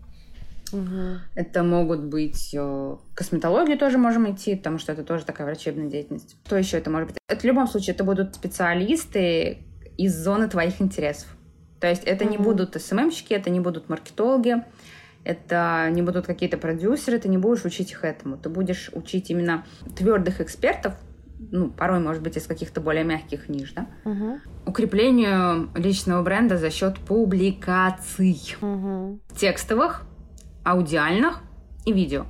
это могут быть косметологию тоже можем идти, потому что это тоже такая врачебная деятельность. Что еще это может быть? Это в любом случае это будут специалисты из зоны твоих интересов. То есть это не будут СММщики, это не будут маркетологи, это не будут какие-то продюсеры, ты не будешь учить их этому. Ты будешь учить именно твердых экспертов, ну, порой, может быть, из каких-то более мягких ниш, да? Укреплению личного бренда за счет публикаций. Текстовых, аудиальных и видео.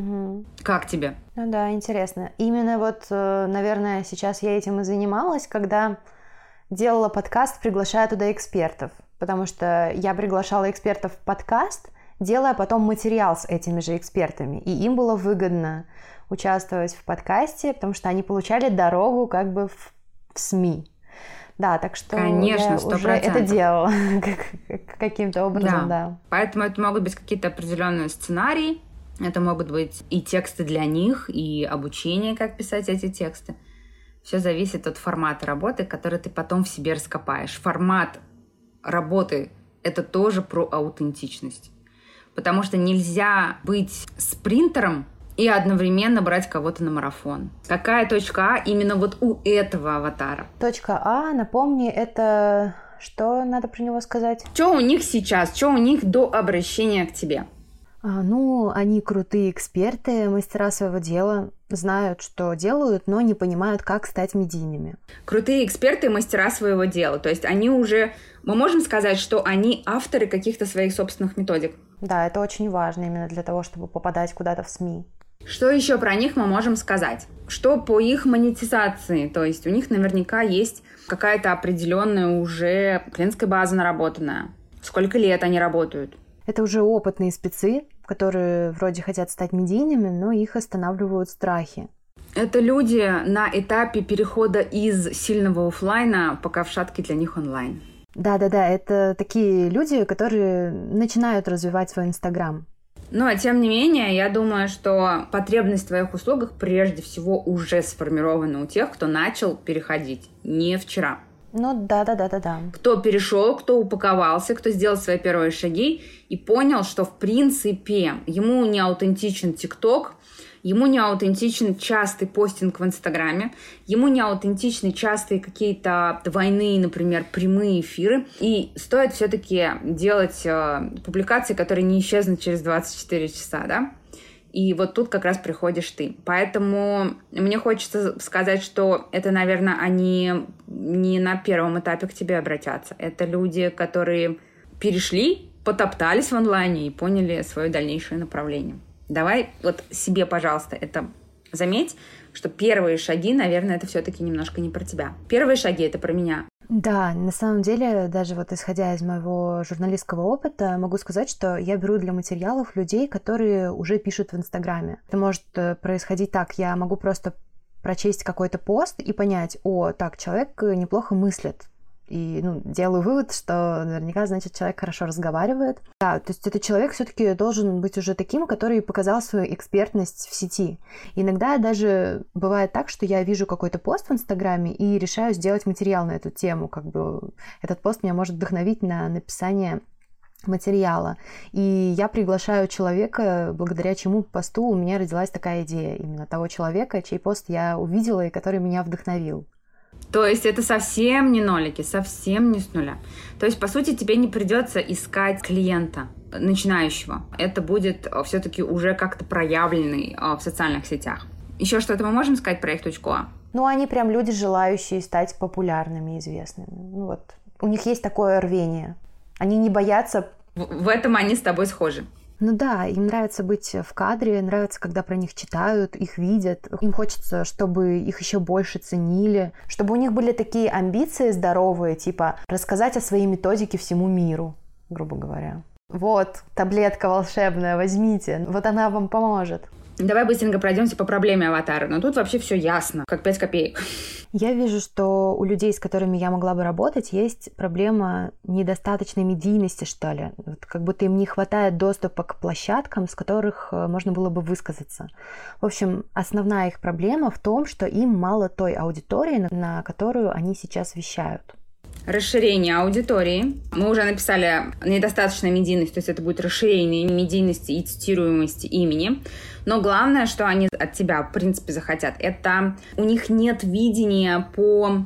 Как тебе? Ну да, интересно. Именно вот, наверное, сейчас я этим и занималась, когда делала подкаст, приглашая туда экспертов, потому что я приглашала экспертов в подкаст, делая потом материал с этими же экспертами, и им было выгодно участвовать в подкасте, потому что они получали дорогу как бы в СМИ. Да, так что конечно, 100%. Я уже это делала каким-то образом, да. Поэтому это могут быть какие-то определенные сценарии, это могут быть и тексты для них, и обучение, как писать эти тексты. Все зависит от формата работы, который ты потом в себе раскопаешь. Формат работы – это тоже про аутентичность. Потому что нельзя быть спринтером и одновременно брать кого-то на марафон. Какая точка А именно вот у этого аватара? Точка А, напомни, это что надо про него сказать? Что у них сейчас? Что у них до обращения к тебе? Ну, они крутые эксперты, мастера своего дела, знают, что делают, но не понимают, как стать медийными. Крутые эксперты и мастера своего дела. То есть они уже... Мы можем сказать, что они авторы каких-то своих собственных методик. Да, это очень важно именно для того, чтобы попадать куда-то в СМИ. Что еще про них мы можем сказать? Что по их монетизации? То есть у них наверняка есть какая-то определенная уже клиентская база наработанная. Сколько лет они работают? Это уже опытные спецы, которые вроде хотят стать медийными, но их останавливают страхи. Это люди на этапе перехода из сильного офлайна, пока в шатке для них онлайн. Да-да-да, это такие люди, которые начинают развивать свой Инстаграм. Но, тем не менее, я думаю, что потребность в твоих услугах прежде всего уже сформирована у тех, кто начал переходить, не вчера. Ну, да. Кто перешел, кто упаковался, кто сделал свои первые шаги и понял, что, в принципе, ему не аутентичен ТикТок, ему не аутентичен частый постинг в Инстаграме, ему не аутентичны частые какие-то двойные, например, прямые эфиры. И стоит все-таки делать публикации, которые не исчезнут через 24 часа, да? И вот тут как раз приходишь ты. Поэтому мне хочется сказать, что это, наверное, они не на первом этапе к тебе обратятся. Это люди, которые перешли, потоптались в онлайне и поняли свое дальнейшее направление. Давай вот себе, пожалуйста, это заметь, что первые шаги, наверное, это все-таки немножко не про тебя. Первые шаги — это про меня. Да, на самом деле, даже вот исходя из моего журналистского опыта, могу сказать, что я беру для материалов людей, которые уже пишут в Инстаграме. Это может происходить так: я могу просто прочесть какой-то пост и понять: о, так, человек неплохо мыслит. И делаю вывод, что наверняка, значит, человек хорошо разговаривает. Да, то есть этот человек все-таки должен быть уже таким, который показал свою экспертность в сети. И иногда даже бывает так, что я вижу какой-то пост в Инстаграме и решаю сделать материал на эту тему. Как бы этот пост меня может вдохновить на написание материала. И я приглашаю человека, благодаря чему посту у меня родилась такая идея. Именно того человека, чей пост я увидела и который меня вдохновил. То есть это совсем не нолики, совсем не с нуля. То есть, по сути, тебе не придется искать клиента начинающего. Это будет все-таки уже как-то проявленный в социальных сетях. Еще что-то мы можем сказать про их точку А? Они прям люди, желающие стать популярными, известными. У них есть такое рвение. Они не боятся В этом они с тобой схожи. Ну да, им нравится быть в кадре, нравится, когда про них читают, их видят. Им хочется, чтобы их еще больше ценили, чтобы у них были такие амбиции здоровые, типа рассказать о своей методике всему миру, грубо говоря. Вот, таблетка волшебная, возьмите, вот она вам поможет. Давай быстренько пройдемся по проблеме аватара. Но тут вообще все ясно, как 5 копеек. Я вижу, что у людей, с которыми я могла бы работать, есть проблема недостаточной медийности, что ли. Вот как будто им не хватает доступа к площадкам, с которых можно было бы высказаться. В общем, основная их проблема в том, что им мало той аудитории, на которую они сейчас вещают. Расширение аудитории. Мы уже написали недостаточная медийность, то есть это будет расширение медийности и цитируемости имени. Но главное, что они от тебя, в принципе, захотят, это у них нет видения по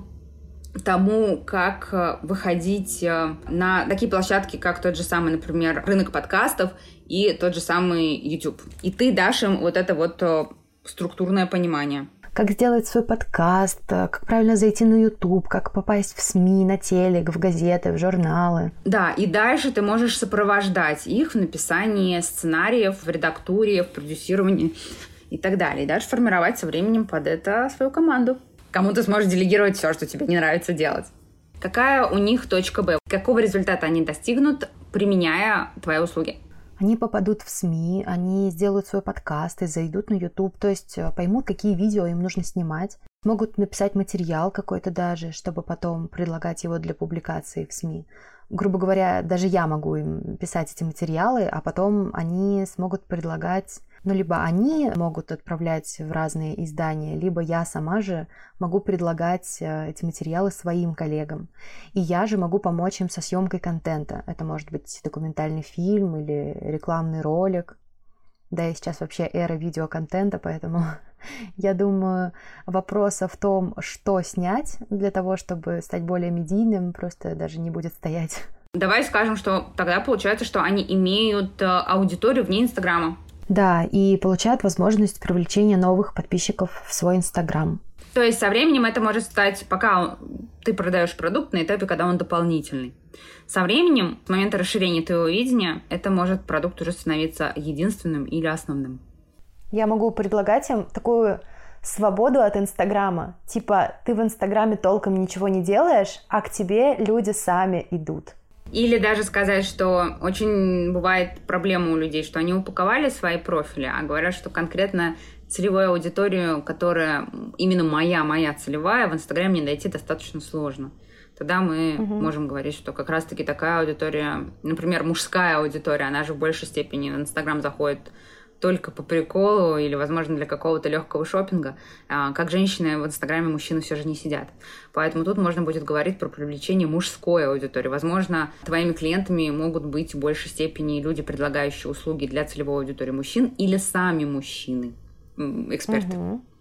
тому, как выходить на такие площадки, как тот же самый, например, рынок подкастов и тот же самый YouTube. И ты дашь им вот это вот структурное понимание. Как сделать свой подкаст, как правильно зайти на YouTube, как попасть в СМИ, на телек, в газеты, в журналы. Да, и дальше ты можешь сопровождать их в написании сценариев, в редактуре, в продюсировании и так далее. И дальше формировать со временем под это свою команду. Кому ты сможешь делегировать все, что тебе не нравится делать. Какая у них точка Б? Какого результата они достигнут, применяя твои услуги? Они попадут в СМИ, они сделают свой подкаст и зайдут на YouTube, то есть поймут, какие видео им нужно снимать, могут написать материал какой-то даже, чтобы потом предлагать его для публикации в СМИ. Грубо говоря, даже я могу им писать эти материалы, а потом они смогут предлагать, либо они могут отправлять в разные издания, либо я сама же могу предлагать эти материалы своим коллегам. И я же могу помочь им со съемкой контента. Это может быть документальный фильм или рекламный ролик. Да, и сейчас вообще эра видеоконтента, поэтому я думаю, вопроса в том, что снять для того, чтобы стать более медийным, просто даже не будет стоять. Давай скажем, что тогда получается, что они имеют аудиторию вне Инстаграма. Да, и получают возможность привлечения новых подписчиков в свой Инстаграм. То есть со временем это может стать, пока ты продаешь продукт на этапе, когда он дополнительный. Со временем, с момента расширения твоего видения, это может продукт уже становиться единственным или основным. Я могу предлагать им такую свободу от Инстаграма. Типа, ты в Инстаграме толком ничего не делаешь, а к тебе люди сами идут. Или даже сказать, что очень бывает проблема у людей, что они упаковали свои профили, а говорят, что конкретно целевую аудиторию, которая именно моя целевая, в Инстаграме не найти достаточно сложно. Тогда мы можем говорить, что как раз-таки такая аудитория, например, мужская аудитория, она же в большей степени в Инстаграм заходит только по приколу или, возможно, для какого-то легкого шопинга. Как женщины в Инстаграме мужчины все же не сидят. Поэтому тут можно будет говорить про привлечение мужской аудитории. Возможно, твоими клиентами могут быть в большей степени люди, предлагающие услуги для целевой аудитории мужчин или сами мужчины, эксперты.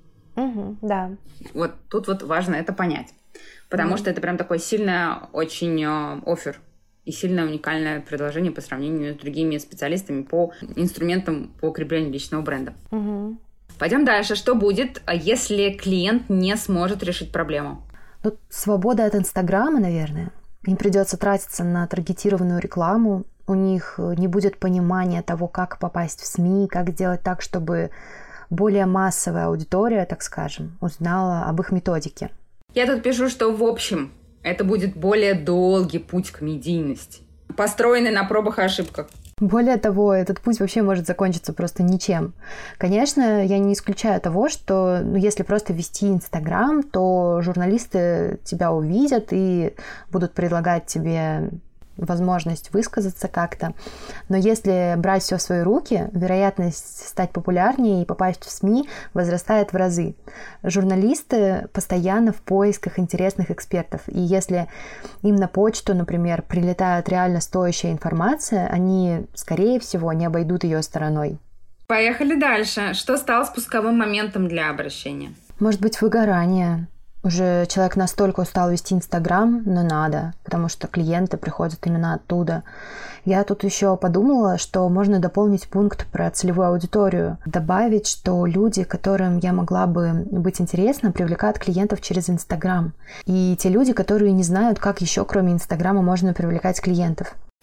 Да. Вот тут вот важно это понять. Потому что это прям такое сильное очень оффер и сильно уникальное предложение по сравнению с другими специалистами по инструментам по укреплению личного бренда. Пойдем дальше. Что будет, если клиент не сможет решить проблему? Свобода от Инстаграма, наверное. Им придется тратиться на таргетированную рекламу. У них не будет понимания того, как попасть в СМИ, как сделать так, чтобы более массовая аудитория, так скажем, узнала об их методике. Я тут пишу, что в общем это будет более долгий путь к медийности, построенный на пробах и ошибках. Более того, этот путь вообще может закончиться просто ничем. Конечно, я не исключаю того, что если просто вести Инстаграм, то журналисты тебя увидят и будут предлагать тебе возможность высказаться как-то. Но если брать все в свои руки, вероятность стать популярнее и попасть в СМИ возрастает в разы. Журналисты постоянно в поисках интересных экспертов. И если им на почту, например, прилетает реально стоящая информация, они, скорее всего, не обойдут ее стороной. Поехали дальше. Что стало спусковым моментом для обращения? Может быть, выгорание. Уже человек настолько устал вести Инстаграм, но надо, потому что клиенты приходят именно оттуда. Я тут еще подумала, что можно дополнить пункт про целевую аудиторию. Добавить, что люди, которым я могла бы быть интересна, привлекают клиентов через Инстаграм. И те люди, которые не знают, как еще кроме Инстаграма можно привлекать клиентов.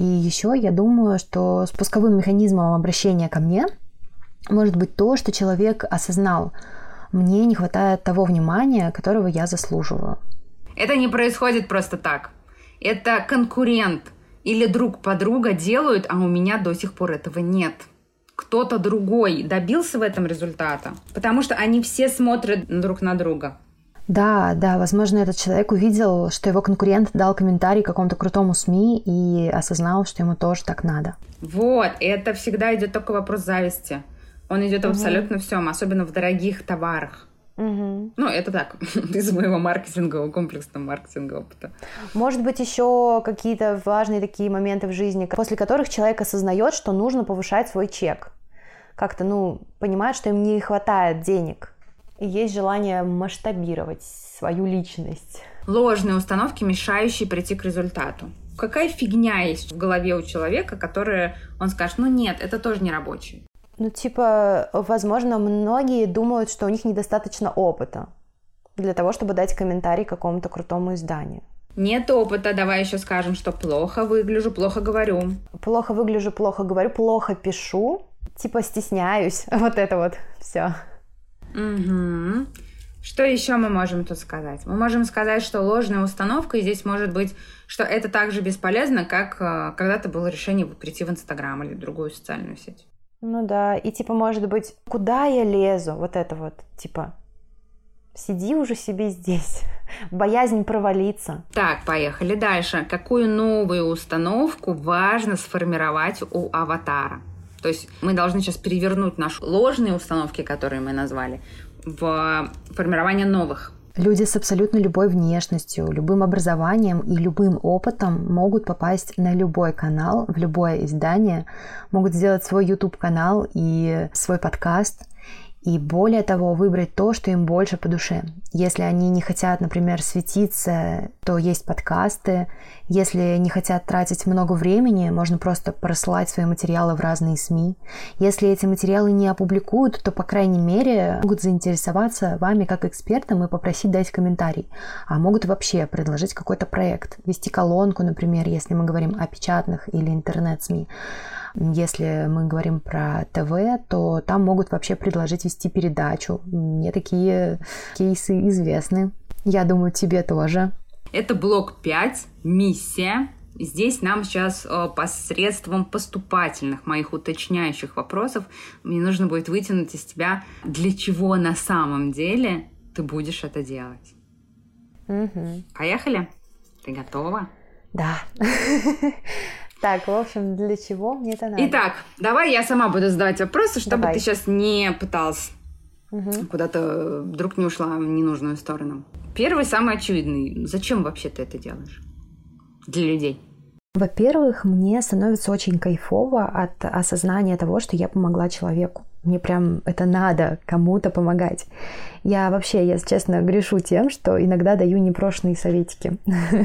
И еще я думаю, что спусковым механизмом обращения ко мне может быть то, что человек осознал: мне не хватает того внимания, которого я заслуживаю. Это не происходит просто так. Это конкурент или друг-подруга делают, а у меня до сих пор этого нет. Кто-то другой добился в этом результата, потому что они все смотрят друг на друга. Да, возможно, этот человек увидел, что его конкурент дал комментарий какому-то крутому СМИ и осознал, что ему тоже так надо. Вот, это всегда идет только вопрос зависти. Он идет абсолютно всем, особенно в дорогих товарах. Ну, это так, из моего маркетингового, комплексного маркетингового опыта. Может быть, еще какие-то важные такие моменты в жизни, после которых человек осознает, что нужно повышать свой чек. Как-то, понимает, что им не хватает денег. И есть желание масштабировать свою личность. Ложные установки, мешающие прийти к результату. Какая фигня есть в голове у человека, которая он скажет: нет, это тоже не рабочий. Возможно, многие думают, что у них недостаточно опыта для того, чтобы дать комментарий какому-то крутому изданию. Нет опыта, давай еще скажем, что плохо выгляжу, плохо говорю. Плохо выгляжу, плохо говорю, плохо пишу, стесняюсь. Вот это вот все. Угу. Что еще мы можем тут сказать? Мы можем сказать, что ложная установка, и здесь может быть, что это так же бесполезно, как когда-то было решение прийти в Инстаграм или другую социальную сеть. Ну да, и может быть, куда я лезу? Вот это вот, сиди уже себе здесь. Боязнь провалиться. Так, поехали дальше. Какую новую установку важно сформировать у аватара? То есть мы должны сейчас перевернуть наши ложные установки, которые мы назвали, в формирование новых. Люди с абсолютно любой внешностью, любым образованием и любым опытом могут попасть на любой канал, в любое издание, могут сделать свой YouTube-канал и свой подкаст, и более того, выбрать то, что им больше по душе. Если они не хотят, например, светиться, то есть подкасты. Если не хотят тратить много времени, можно просто просылать свои материалы в разные СМИ. Если эти материалы не опубликуют, то, по крайней мере, могут заинтересоваться вами как экспертом и попросить дать комментарий. А могут вообще предложить какой-то проект. Вести колонку, например, если мы говорим о печатных или интернет-СМИ. Если мы говорим про ТВ, то там могут вообще предложить вести передачу. Мне такие кейсы известны. Я думаю, тебе тоже. Это блок 5, миссия. Здесь нам сейчас посредством поступательных моих уточняющих вопросов мне нужно будет вытянуть из тебя, для чего на самом деле ты будешь это делать. Поехали? Ты готова? Да. Так, в общем, для чего мне это надо? Итак, давай я сама буду задавать вопросы, чтобы ты сейчас не пыталась куда-то вдруг не ушла в ненужную сторону. Первый, самый очевидный. Зачем вообще ты это делаешь для людей? Во-первых, мне становится очень кайфово от осознания того, что я помогла человеку. Мне прям это надо кому-то помогать. Я вообще, если честно, грешу тем, что иногда даю непрошенные советики.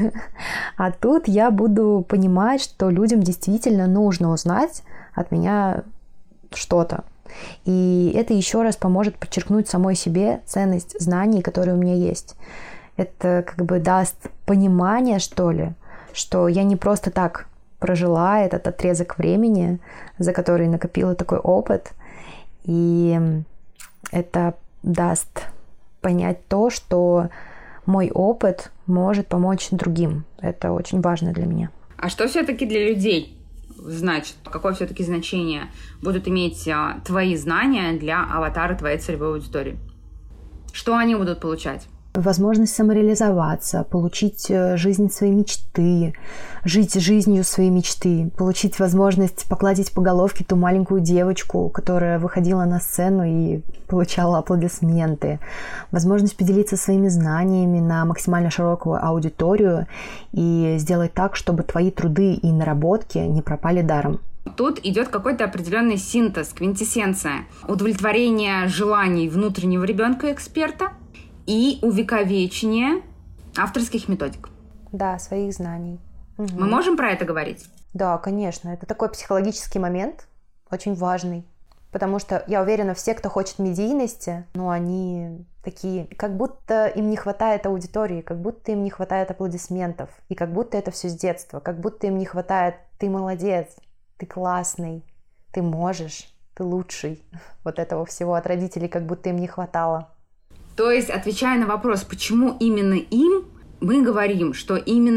А тут я буду понимать, что людям действительно нужно узнать от меня что-то. И это еще раз поможет подчеркнуть самой себе ценность знаний, которые у меня есть. Это даст понимание, что ли, что я не просто так прожила этот отрезок времени, за который накопила такой опыт. И это даст понять то, что мой опыт может помочь другим. Это очень важно для меня. А что все-таки для людей значит? Какое все-таки значение будут иметь твои знания для аватара твоей целевой аудитории? Что они будут получать? Возможность самореализоваться, получить жизнь своей мечты, жить жизнью своей мечты, получить возможность погладить по головке ту маленькую девочку, которая выходила на сцену и получала аплодисменты, возможность поделиться своими знаниями на максимально широкую аудиторию и сделать так, чтобы твои труды и наработки не пропали даром. Тут идет какой-то определенный синтез, квинтэссенция, удовлетворение желаний внутреннего ребенка-эксперта и увековечение авторских методик. Да, своих знаний. Мы можем про это говорить? Да, конечно. Это такой психологический момент, очень важный. Потому что, я уверена, все, кто хочет медийности, они такие, как будто им не хватает аудитории, как будто им не хватает аплодисментов, и как будто это все с детства, как будто им не хватает «ты молодец», «ты классный», «ты можешь», «ты лучший». Вот этого всего от родителей как будто им не хватало. То есть, отвечая на вопрос, почему именно им, мы говорим, что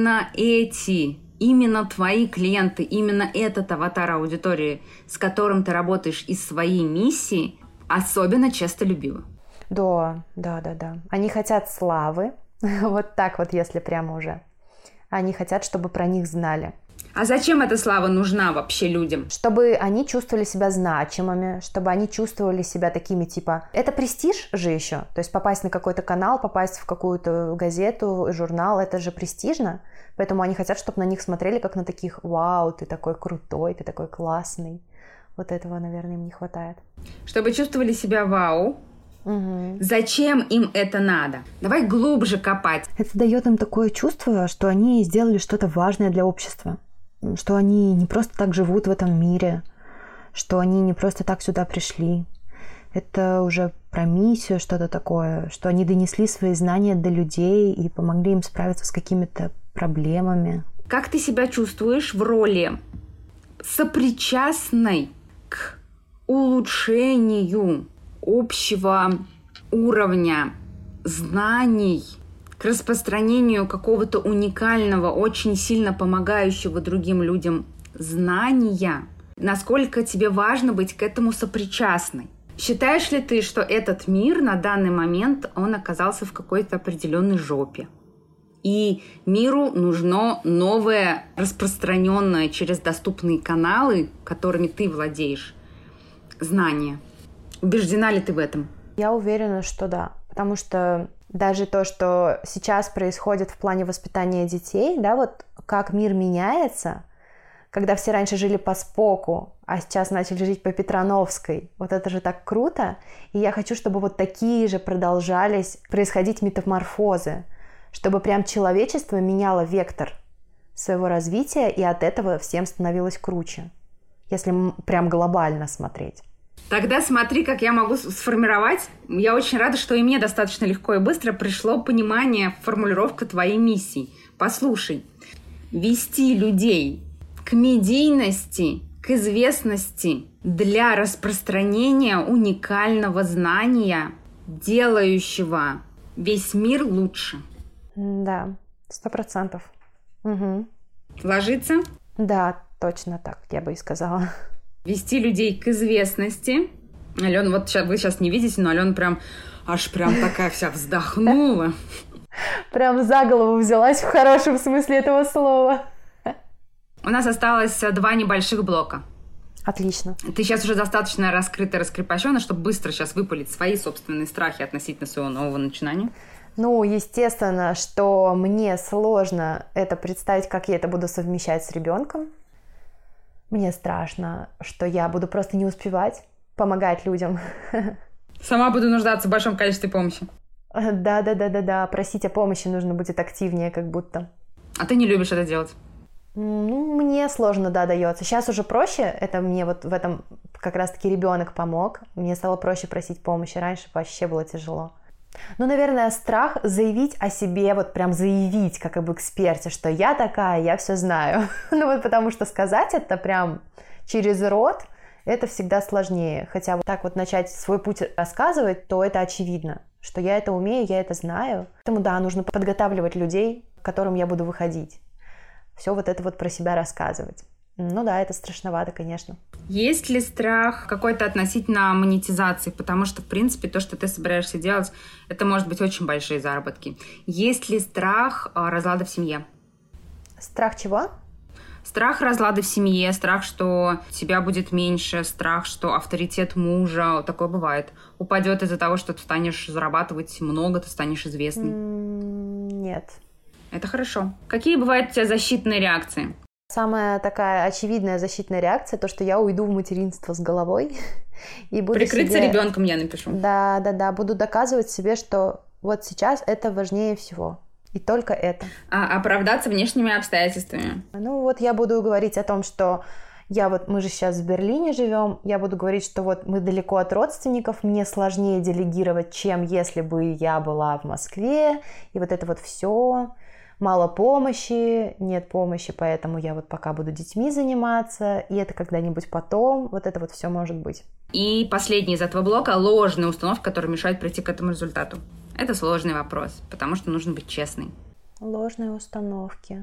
именно твои клиенты, именно этот аватар аудитории, с которым ты работаешь из своей миссии, особенно честолюбивы. Да. Они хотят славы, вот так вот, если прямо уже. Они хотят, чтобы про них знали. А зачем эта слава нужна вообще людям? Чтобы они чувствовали себя значимыми, чтобы они чувствовали себя такими, типа... Это престиж же еще. То есть попасть на какой-то канал, попасть в какую-то газету, журнал, это же престижно. Поэтому они хотят, чтобы на них смотрели как на таких: «Вау, ты такой крутой, ты такой классный». Вот этого, наверное, им не хватает. Чтобы чувствовали себя вау. Угу. Зачем им это надо? Давай глубже копать. Это дает им такое чувство, что они сделали что-то важное для общества. Что они не просто так живут в этом мире, что они не просто так сюда пришли. Это уже про миссию, что-то такое, что они донесли свои знания до людей и помогли им справиться с какими-то проблемами. Как ты себя чувствуешь в роли сопричастной к улучшению общего уровня знаний, к распространению какого-то уникального, очень сильно помогающего другим людям знания? Насколько тебе важно быть к этому сопричастной? Считаешь ли ты, что этот мир на данный момент, он оказался в какой-то определенной жопе? И миру нужно новое, распространенное через доступные каналы, которыми ты владеешь, знание? Убеждена ли ты в этом? Я уверена, что да. Потому что даже то, что сейчас происходит в плане воспитания детей, да, вот как мир меняется, когда все раньше жили по Споку, а сейчас начали жить по Петрановской, вот это же так круто. И я хочу, чтобы вот такие же продолжались происходить метаморфозы, чтобы прям человечество меняло вектор своего развития, и от этого всем становилось круче, если прям глобально смотреть. Тогда смотри, как я могу сформировать. Я очень рада, что и мне достаточно легко и быстро пришло понимание, формулировка твоей миссии. Послушай. Вести людей к медийности, к известности для распространения уникального знания, делающего весь мир лучше. Да, 100%. Угу. Ложится? Да, точно так, я бы и сказала. Вести людей к известности. Алена, вот вы сейчас не видите, но Алена прям такая вся вздохнула. Прям за голову взялась в хорошем смысле этого слова. У нас осталось 2 небольших блока. Отлично. Ты сейчас уже достаточно раскрыта, раскрепощена, чтобы быстро сейчас выпалить свои собственные страхи относительно своего нового начинания? Ну, естественно, что мне сложно это представить, как я это буду совмещать с ребенком. Мне страшно, что я буду просто не успевать помогать людям. Сама буду нуждаться в большом количестве помощи. Да. Просить о помощи нужно будет активнее, как будто. А ты не любишь это делать? Ну, мне сложно, да, дается. Сейчас уже проще. Это мне вот в этом как раз-таки ребенок помог. Мне стало проще просить помощи. Раньше вообще было тяжело. Ну, наверное, страх заявить о себе, вот прям заявить, как об эксперте, что я такая, я все знаю. Ну, вот потому что сказать это прям через рот, это всегда сложнее. Хотя вот так вот начать свой путь рассказывать, то это очевидно, что я это умею, я это знаю. Поэтому, да, нужно подготавливать людей, к которым я буду выходить. Все вот это вот про себя рассказывать. Ну да, это страшновато, конечно. Есть ли страх какой-то относительно монетизации? Потому что, в принципе, то, что ты собираешься делать, это может быть очень большие заработки. Есть ли страх разлада в семье? Страх чего? Страх разлада в семье, страх, что тебя будет меньше, страх, что авторитет мужа, такое бывает, упадет из-за того, что ты станешь зарабатывать много, ты станешь известной. Нет. Это хорошо. Какие бывают у тебя защитные реакции? Самая такая очевидная защитная реакция, то, что я уйду в материнство с головой. И буду прикрыться себе... ребенком, я напишу. Да. Буду доказывать себе, что вот сейчас это важнее всего. И только это. Оправдаться внешними обстоятельствами. Ну вот я буду говорить о том, что Мы же сейчас в Берлине живем, я буду говорить, что вот мы далеко от родственников, мне сложнее делегировать, чем если бы я была в Москве, и вот это вот все, мало помощи, нет помощи, поэтому я вот пока буду детьми заниматься, и это когда-нибудь потом, вот это вот все может быть. И последний из этого блока — ложные установки, которые мешают прийти к этому результату. Это сложный вопрос, потому что нужно быть честной. Ложные установки.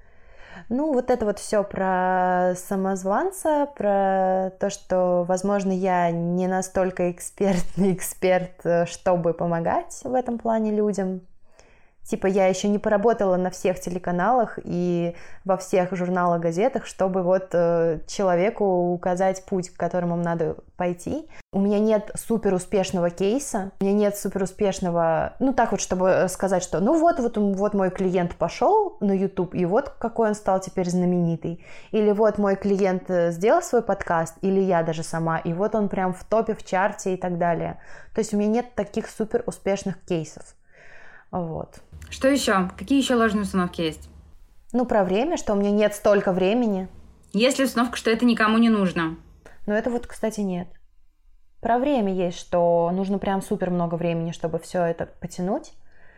Ну, вот это вот все про самозванца, про то, что, возможно, я не настолько экспертный эксперт, чтобы помогать в этом плане людям. Типа я еще не поработала на всех телеканалах и во всех журналах, газетах, чтобы вот человеку указать путь, к которому надо пойти. У меня нет суперуспешного кейса, у меня нет суперуспешного, ну так вот, чтобы сказать, что ну вот мой клиент пошел на YouTube, и вот какой он стал теперь знаменитый. Или вот мой клиент сделал свой подкаст, или я даже сама, и вот он прям в топе, в чарте и так далее. То есть у меня нет таких суперуспешных кейсов. Вот. Что еще? Какие еще ложные установки есть? Ну, про время, что у меня нет столько времени. Есть ли установка, что это никому не нужно? Ну, это вот, кстати, нет. Про время есть, что нужно прям супер много времени, чтобы все это потянуть.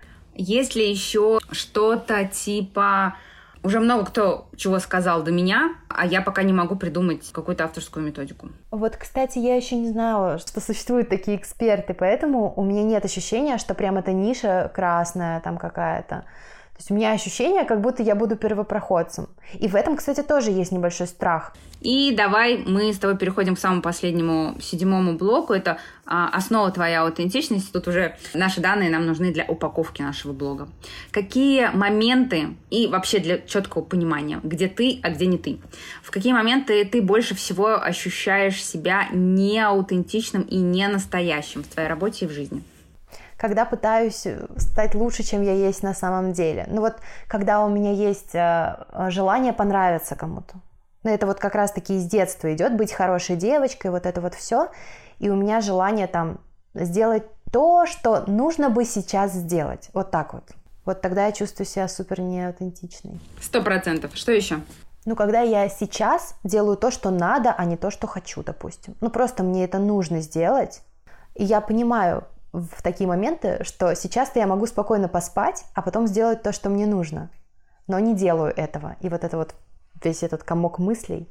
Есть ли еще что-то типа... Уже много кто чего сказал до меня, а я пока не могу придумать какую-то авторскую методику. Вот, кстати, я еще не знала, что существуют такие эксперты, поэтому у меня нет ощущения, что прям эта ниша красная там какая-то. То есть у меня ощущение, как будто я буду первопроходцем. И в этом, кстати, тоже есть небольшой страх. И давай мы с тобой переходим к самому последнему, 7-му блоку. Это основа твоей аутентичности. Тут уже наши данные нам нужны для упаковки нашего блога. Какие моменты и вообще для четкого понимания, где ты, а где не ты. В какие моменты ты больше всего ощущаешь себя неаутентичным и не настоящим в твоей работе и в жизни? Когда пытаюсь стать лучше, чем я есть на самом деле. Ну вот, когда у меня есть желание понравиться кому-то. Ну это вот как раз-таки из детства идет, быть хорошей девочкой, вот это вот все. И у меня желание там сделать то, что нужно бы сейчас сделать. Вот так вот. Вот тогда я чувствую себя супер неаутентичной. 100%. Что еще? Ну, когда я сейчас делаю то, что надо, а не то, что хочу, допустим. Ну, просто мне это нужно сделать. И я понимаю в такие моменты, что сейчас-то я могу спокойно поспать, а потом сделать то, что мне нужно. Но не делаю этого. И вот это вот весь этот комок мыслей,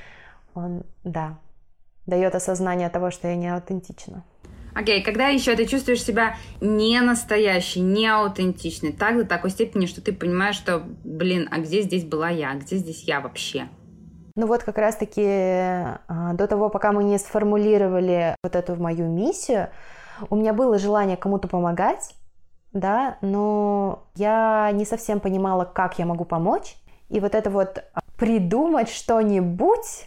он, да, дает осознание того, что я не аутентична. Окей, когда еще ты чувствуешь себя не настоящей, не аутентичной, так до такой степени, что ты понимаешь, что, а где здесь была я, где здесь я вообще? Ну вот как раз-таки до того, пока мы не сформулировали вот эту мою миссию, у меня было желание кому-то помогать, да, но я не совсем понимала, как я могу помочь. И вот это вот придумать что-нибудь,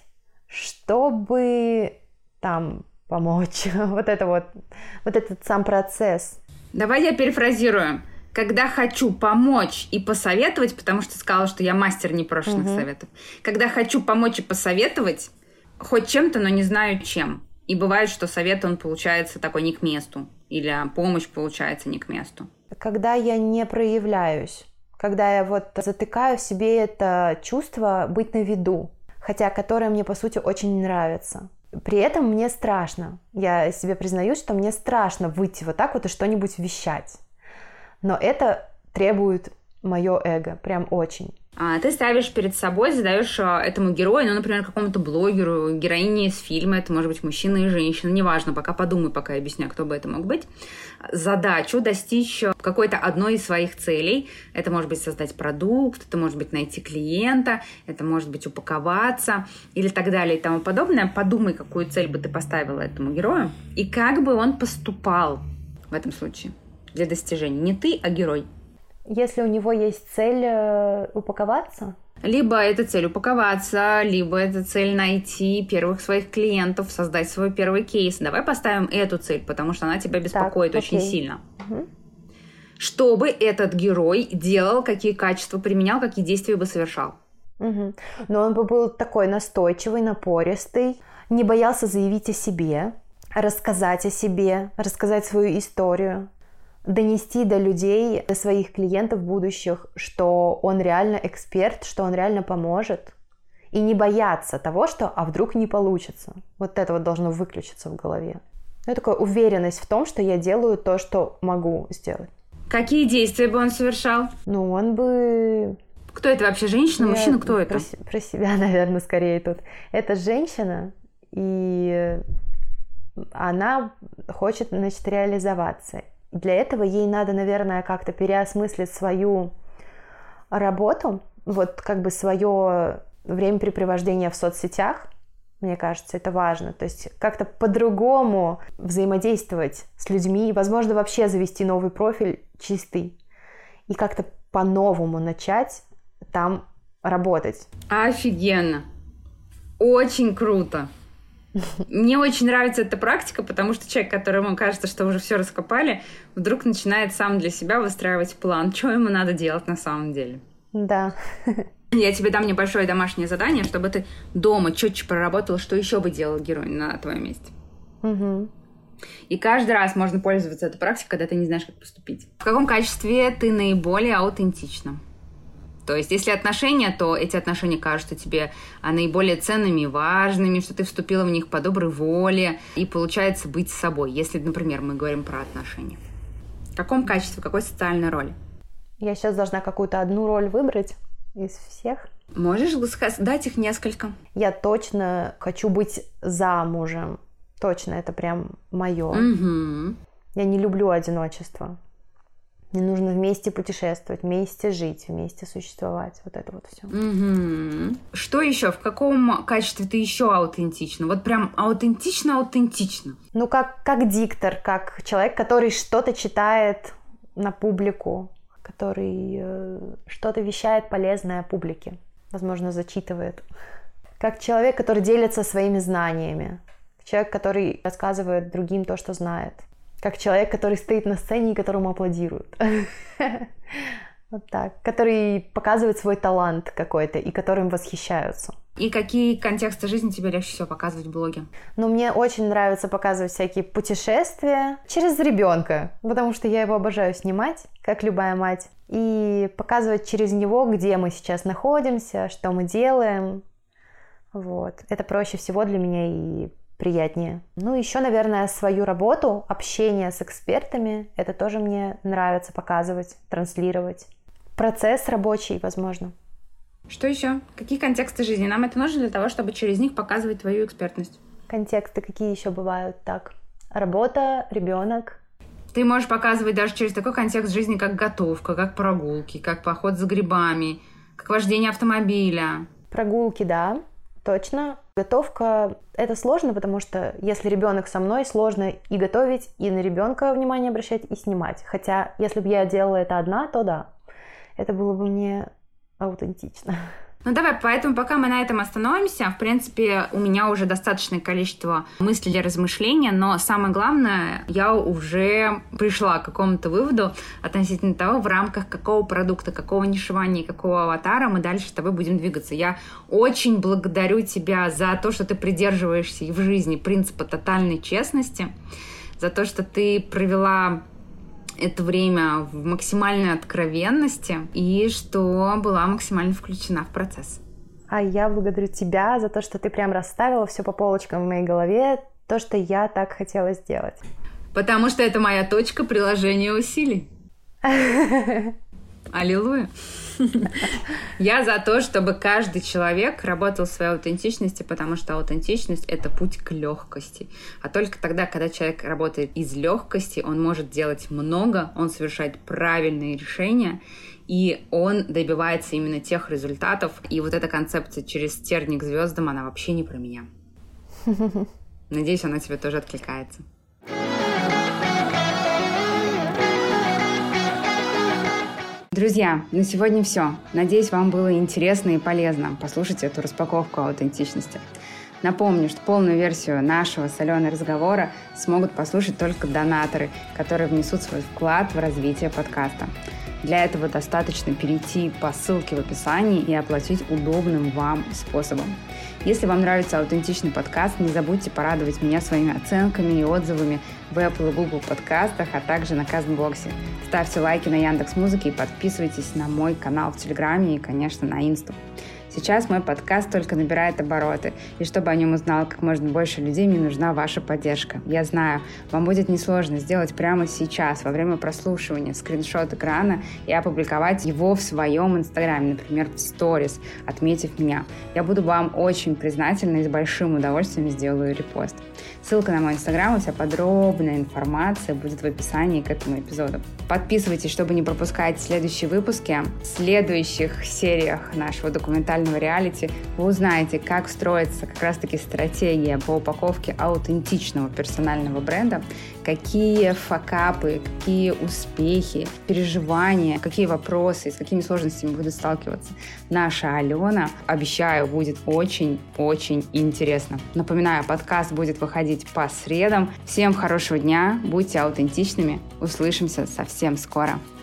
чтобы там помочь. Вот этот сам процесс. Давай я перефразирую. Когда хочу помочь и посоветовать, потому что сказала, что я мастер непрошенных советов. Когда хочу помочь и посоветовать, хоть чем-то, но не знаю чем. И бывает, что совет, он получается такой не к месту. Или помощь получается не к месту. Когда я не проявляюсь. Когда я вот затыкаю в себе это чувство быть на виду. Хотя которое мне, по сути, очень нравится. При этом мне страшно. Я себе признаюсь, что мне страшно выйти вот так вот и что-нибудь вещать. Но это требует мое эго. Прям очень. Ты ставишь перед собой, задаешь этому герою, например, какому-то блогеру, героине из фильма, это может быть мужчина и женщина, неважно, пока подумай, пока я объясняю, кто бы это мог быть, задачу достичь какой-то одной из своих целей. Это может быть создать продукт, это может быть найти клиента, это может быть упаковаться или так далее и тому подобное. Подумай, какую цель бы ты поставила этому герою и как бы он поступал в этом случае для достижения. Не ты, а герой. Если у него есть цель упаковаться? Либо это цель упаковаться, либо это цель найти первых своих клиентов, создать свой первый кейс. Давай поставим эту цель, потому что она тебя беспокоит очень сильно. Угу. Чтобы этот герой делал, какие качества применял, какие действия бы совершал. Угу. Но он бы был такой настойчивый, напористый, не боялся заявить о себе, рассказать о себе, рассказать свою историю. Донести до людей, до своих клиентов будущих, что он реально эксперт, что он реально поможет. И не бояться того, что «а вдруг не получится». Вот это вот должно выключиться в голове. Ну, такая уверенность в том, что я делаю то, что могу сделать. Какие действия бы он совершал? Ну, он бы... Кто это вообще? Женщина, мужчина? Кто это? Про себя, наверное, скорее тут. Это женщина, и она хочет, значит, реализоваться. Для этого ей надо, наверное, как-то переосмыслить свою работу, вот как бы свое времяпрепровождение в соцсетях. Мне кажется, это важно. То есть как-то по-другому взаимодействовать с людьми, возможно, вообще завести новый профиль чистый и как-то по-новому начать там работать. Офигенно! Очень круто! Мне очень нравится эта практика, потому что человек, которому кажется, что уже все раскопали, вдруг начинает сам для себя выстраивать план, что ему надо делать на самом деле. Да. Я тебе дам небольшое домашнее задание, чтобы ты дома четче проработала, что еще бы делал герой на твоем месте. Угу. И каждый раз можно пользоваться этой практикой, когда ты не знаешь, как поступить. В каком качестве ты наиболее аутентична? То есть, если отношения, то эти отношения кажутся тебе наиболее ценными и важными, что ты вступила в них по доброй воле, и получается быть собой, если, например, мы говорим про отношения. В каком качестве, в какой социальной роли? Я сейчас должна какую-то одну роль выбрать из всех. Можешь дать их несколько? Я точно хочу быть замужем. Точно, это прям мое. Угу. Я не люблю одиночество. Мне нужно вместе путешествовать, вместе жить, вместе существовать. Вот это вот все. Угу. Что еще? В каком качестве ты еще аутентична? Вот прям аутентично-аутентично. Ну, как диктор, как человек, который что-то читает на публику, который что-то вещает полезное публике, возможно, зачитывает. Как человек, который делится своими знаниями. Человек, который рассказывает другим то, что знает. Как человек, который стоит на сцене и которому аплодируют. Вот так. Который показывает свой талант какой-то и которым восхищаются. И какие контексты жизни тебе легче всего показывать в блоге? Ну, мне очень нравится показывать всякие путешествия через ребенка, потому что я его обожаю снимать, как любая мать, и показывать через него, где мы сейчас находимся, что мы делаем. Вот. Это проще всего для меня и приятнее. Ну, еще, наверное, свою работу, общение с экспертами, это тоже мне нравится показывать, транслировать. Процесс рабочий, возможно. Что еще? Какие контексты жизни? Нам это нужно для того, чтобы через них показывать твою экспертность. Контексты какие еще бывают? Так, работа, ребенок. Ты можешь показывать даже через такой контекст жизни, как готовка, как прогулки, как поход за грибами, как вождение автомобиля. Прогулки, да, точно. Готовка – это сложно, потому что если ребенок со мной, сложно и готовить, и на ребенка внимание обращать, и снимать. Хотя, если бы я делала это одна, то да, это было бы мне аутентично. Ну давай, поэтому пока мы на этом остановимся. В принципе, у меня уже достаточное количество мыслей для размышления, но самое главное, я уже пришла к какому-то выводу относительно того, в рамках какого продукта, какого нишевания, какого аватара мы дальше с тобой будем двигаться. Я очень благодарю тебя за то, что ты придерживаешься и в жизни принципа тотальной честности, за то, что ты провела это время в максимальной откровенности и что была максимально включена в процесс. А я благодарю тебя за то, что ты прям расставила все по полочкам в моей голове, то, что я так хотела сделать. Потому что это моя точка приложения усилий. Аллилуйя. Я за то, чтобы каждый человек работал в своей аутентичности, потому что аутентичность — это путь к легкости. А только тогда, когда человек работает из легкости, он может делать много, он совершает правильные решения, и он добивается именно тех результатов. И вот эта концепция через терник к звездам, она вообще не про меня. Надеюсь, она тебе тоже откликается. Друзья, на сегодня все. Надеюсь, вам было интересно и полезно послушать эту распаковку аутентичности. Напомню, что полную версию нашего с Аленой разговора смогут послушать только донаторы, которые внесут свой вклад в развитие подкаста. Для этого достаточно перейти по ссылке в описании и оплатить удобным вам способом. Если вам нравится аутентичный подкаст, не забудьте порадовать меня своими оценками и отзывами в Apple и Google подкастах, а также на Castbox. Ставьте лайки на Яндекс.Музыке и подписывайтесь на мой канал в Телеграме и, конечно, на Инсту. Сейчас мой подкаст только набирает обороты, и чтобы о нем узнало как можно больше людей, мне нужна ваша поддержка. Я знаю, вам будет несложно сделать прямо сейчас, во время прослушивания, скриншот экрана и опубликовать его в своем инстаграме, например, в сторис, отметив меня. Я буду вам очень признательна и с большим удовольствием сделаю репост. Ссылка на мой инстаграм и вся подробная информация будет в описании к этому эпизоду. Подписывайтесь, чтобы не пропускать следующие выпуски. В следующих сериях нашего документального реалити вы узнаете, как строится как раз-таки стратегия по упаковке аутентичного персонального бренда, какие факапы, какие успехи, переживания, какие вопросы, с какими сложностями будет сталкиваться наша Алена. Обещаю, будет очень-очень интересно. Напоминаю, подкаст будет выходить по средам. Всем хорошего дня, будьте аутентичными. Услышимся совсем скоро.